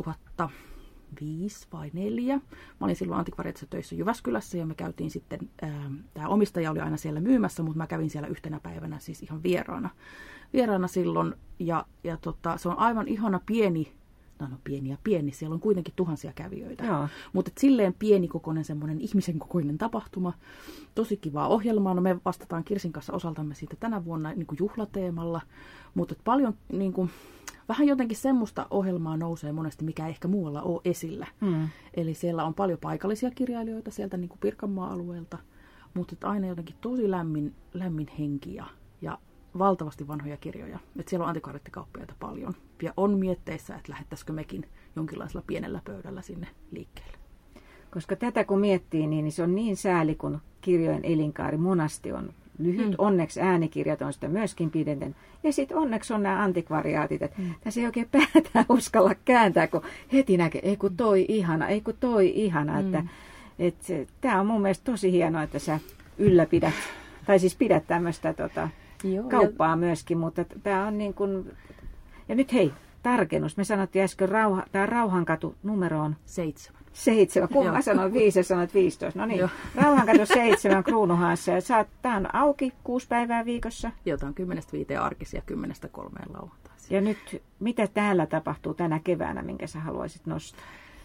2005 vai 2004. Mä olin silloin antikvariatissa töissä Jyväskylässä ja me käytiin sitten, tämä omistaja oli aina siellä myymässä, mutta mä kävin siellä yhtenä päivänä siis ihan vieraana silloin. Ja se on aivan ihana pieni, pieni, siellä on kuitenkin tuhansia kävijöitä. Mutta silleen pienikokoinen semmoinen ihmisen kokoinen tapahtuma. Tosi kivaa ohjelmaa. No me vastataan Kirsin kanssa osaltamme siitä tänä vuonna niin kuin juhlateemalla. Mutta paljon niin kuin, vähän jotenkin semmoista ohjelmaa nousee monesti, mikä ei ehkä muualla ole esillä. Eli siellä on paljon paikallisia kirjailijoita sieltä niin kuin Pirkanmaan alueelta. Mutta aina jotenkin tosi lämmin henki ja valtavasti vanhoja kirjoja. Et siellä on antikvariattikauppiaita paljon. Ja on mietteissä, että lähettäisikö mekin jonkinlaisella pienellä pöydällä sinne liikkeelle. Koska tätä kun miettii, niin se on niin sääli, kun kirjojen elinkaari monasti on lyhyt. Onneksi äänikirjat on sitä myöskin pidentänyt. Ja sitten onneksi on nämä antikvariaatit. Tässä ei oikein päätään uskalla kääntää, kun heti näkee, ei kun toi ihana. Tämä on mun mielestä tosi hienoa, että sä ylläpidät, tai siis pidät tämmöistä kauppaa myöskin, mutta tämä on niin kuin. Ja nyt hei, tarkennus. Me sanottiin äsken, tämä Rauhankatu numero on 7. Kun mä sanoin 5 ja sanoit 15. No niin, Rauhankatu 7 Kruunuhaassa. Ja tämä on auki 6 päivää viikossa. Joo, tämä on 10-5 arkisia, 10-3 lauantaisin. Ja nyt, mitä täällä tapahtuu tänä keväänä, minkä sä haluaisit nostaa?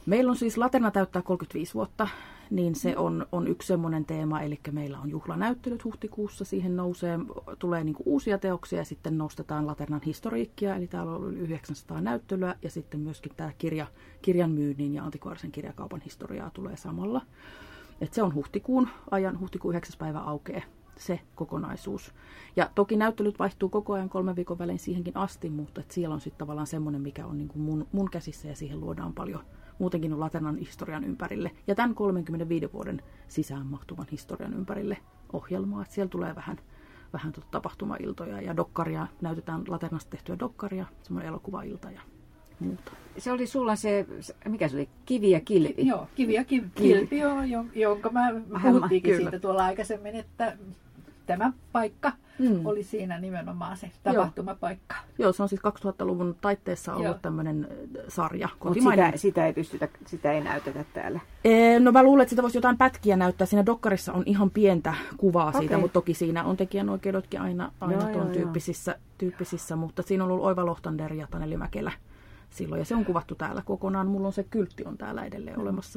Meillä on siis Laterna täyttää 35 vuotta, niin se on yksi semmoinen teema, eli meillä on juhlanäyttelyt huhtikuussa, siihen tulee niinku uusia teoksia ja sitten nostetaan Laternan historiikkia, eli täällä on yli 900 näyttelyä ja sitten myöskin tämä kirjan myynnin ja antikvaarisen kirjakaupan historiaa tulee samalla. Et se on huhtikuun 9. päivä aukeaa se kokonaisuus. Ja toki näyttelyt vaihtuu koko ajan 3 viikon välein siihenkin asti, mutta siellä on sitten tavallaan semmoinen, mikä on niinku mun käsissä ja siihen luodaan paljon muutenkin Laternan historian ympärille ja tämän 35 vuoden sisään mahtuvan historian ympärille ohjelmaa. Että siellä tulee vähän tapahtumailtoja ja dokkaria, näytetään Laternasta tehtyä dokkaria, semmoinen elokuvailta ja muuta. Se oli sulla se, mikä se oli, Kivi ja kilpi? Joo, Kivi ja kilpi, jonka mä puhuttiinkin siitä tuolla aikaisemmin, että tämä paikka oli siinä nimenomaan se tapahtumapaikka. Joo, se on siis 2000-luvun taitteessa ollut tämmöinen sarja. Mutta sitä ei näytetä täällä. No mä luulen, että sitä voisi jotain pätkiä näyttää. Siinä dokkarissa on ihan pientä kuvaa siitä, mutta toki siinä on tekijänoikeudetkin aina tuon tyyppisissä. Mutta siinä on ollut Oiva Lohtander ja Taneli Mäkelä silloin. Ja se on kuvattu täällä kokonaan. Mulla on se kyltti on täällä edelleen olemassa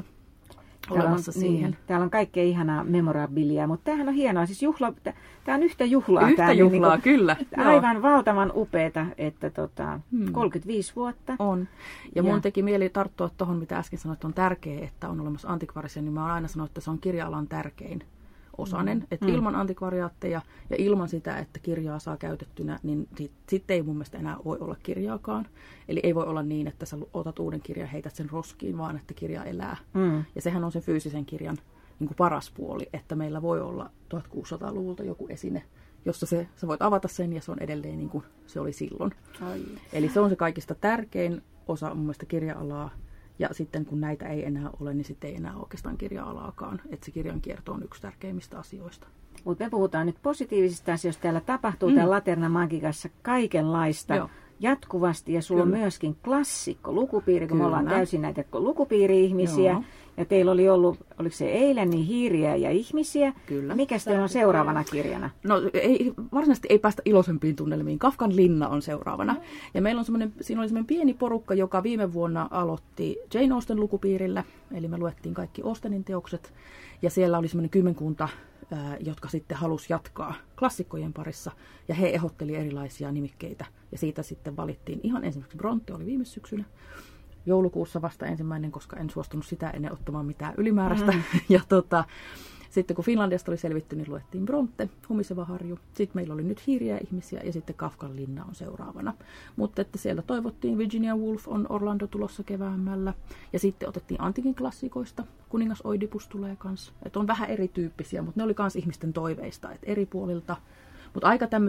siihen. Niin, täällä on kaikkea ihanaa memorabiliaa, mutta tämähän on hienoa. Siis tämä on yhtä juhlaa. Yhtä juhlaa, kyllä. Aivan valtavan upeeta, että 35 vuotta. On. Ja mun teki mieli tarttua tuohon, mitä äsken sanoit, että on tärkeää, että on olemassa antikvarisia, niin mä oon aina sanonut, että se on kirja-alan tärkein osanen. Että ilman antikvariaatteja ja ilman sitä, että kirjaa saa käytettynä, niin sitten ei mun mielestä enää voi olla kirjaakaan. Eli ei voi olla niin, että sä otat uuden kirjan, heität sen roskiin, vaan että kirja elää. Ja sehän on sen fyysisen kirjan niin kuin paras puoli, että meillä voi olla 1600-luvulta joku esine, jossa sä voit avata sen ja se on edelleen niin kuin se oli silloin. Eli se on se kaikista tärkein osa mun mielestä kirja-alaa. Ja sitten kun näitä ei enää ole, niin sitten ei enää oikeastaan kirja-alaakaan. Että se kirjankierto on yksi tärkeimmistä asioista. Mutta me puhutaan nyt positiivisista asioista. Täällä tapahtuu täällä Laterna Magicassa kaikenlaista jatkuvasti. Ja sulla on myöskin klassikko lukupiiri, kun me ollaan täysin näitä lukupiiri-ihmisiä. Joo. Ja teillä oli ollut, oliko se eilen, niin Hiiriä ja ihmisiä. Kyllä. Mikä sitten on seuraavana kirjana? No varsinaisesti ei päästä iloisempiin tunnelmiin. Kafkan Linna on seuraavana. Ja meillä on siinä oli semmoinen pieni porukka, joka viime vuonna aloitti Jane Austen lukupiirillä. Eli me luettiin kaikki Austenin teokset. Ja siellä oli semmoinen kymmenkunta, jotka sitten halusi jatkaa klassikkojen parissa. Ja he ehdotteli erilaisia nimikkeitä. Ja siitä sitten valittiin ihan ensimmäiseksi Bronte oli viime syksynä. Joulukuussa vasta ensimmäinen, koska en suostunut sitä ennen ottamaan mitään ylimääräistä. Ja sitten kun Finlandiasta oli selvitty, niin luettiin Bronte, Humiseva harju. Sitten meillä oli nyt Hiiriä ihmisiä ja sitten Kafkan Linna on seuraavana. Mutta että siellä toivottiin Virginia Woolf on Orlando tulossa keväämällä. Ja sitten otettiin antiikin klassikoista. Kuningas Oidipus tulee kanssa. Että on vähän erityyppisiä, mutta ne oli myös ihmisten toiveista, että eri puolilta. Mutta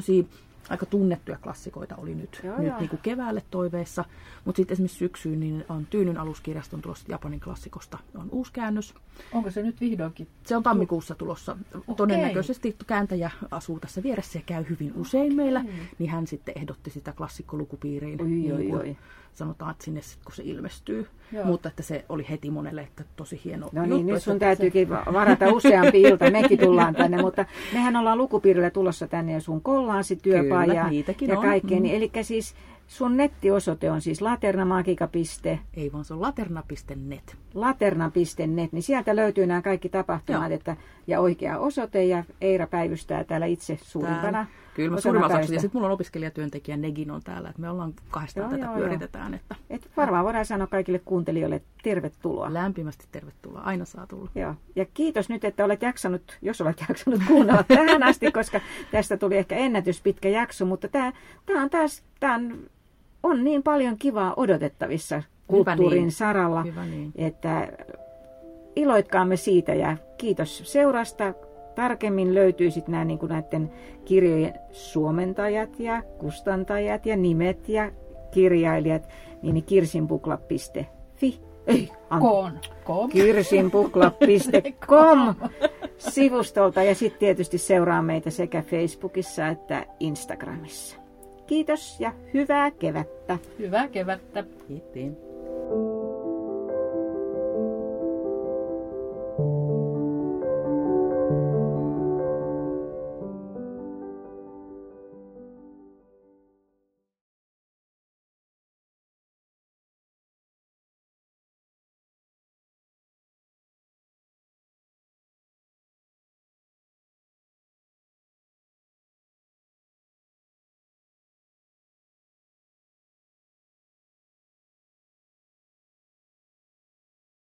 aika tunnettuja klassikoita oli nyt niin kuin keväälle toiveissa. Mutta sitten esimerkiksi syksyyn niin on Tyynyn aluskirjaston tulossa Japanin klassikosta. On uusi käännös. Onko se nyt vihdoinkin? Se on tammikuussa tulossa. Todennäköisesti kääntäjä asuu tässä vieressä ja käy hyvin usein meillä. Niin hän sitten ehdotti sitä klassikkolukupiiriin. Sanotaan, että sinne sitten kun se ilmestyy. Joo. Mutta että se oli heti monelle, että tosi hieno juttu. No niin, nyt sun täytyykin varata useampi ilta. Mekin tullaan tänne, mutta mehän ollaan lukupiirillä tulossa tänne ja sun kollaansityöpaja ja kaikkea. Niin, eli siis sun nettiosoite on siis laternamagica. Ei vaan se on laterna.net. Laterna.net, niin sieltä löytyy nämä kaikki tapahtumat ja oikea osoite ja Eira päivystää täällä itse suurimpana. Kyllä, mä suurimman osaksi. Ja sitten mulla on opiskelijatyöntekijä Negin on täällä, että me ollaan kahdestaan tätä pyöritetään. Että varmaan voidaan sanoa kaikille kuuntelijoille tervetuloa. Lämpimästi tervetuloa, aina saa tulla. Joo. Ja kiitos nyt, että olet jaksanut, jos olet jaksanut kuunnella tähän asti, koska tästä tuli ehkä ennätyspitkä jakso, mutta tämä on niin paljon kivaa odotettavissa kulttuurin saralla, että iloitkaamme siitä ja kiitos seurasta. Tarkemmin löytyy sitten nämä niin näiden kirjojen suomentajat ja kustantajat ja nimet ja kirjailijat, niin kirsinpukla.fi. kirsinpukla.com sivustolta ja sitten tietysti seuraa meitä sekä Facebookissa että Instagramissa. Kiitos ja hyvää kevättä. Hyvää kevättä. Kiitos.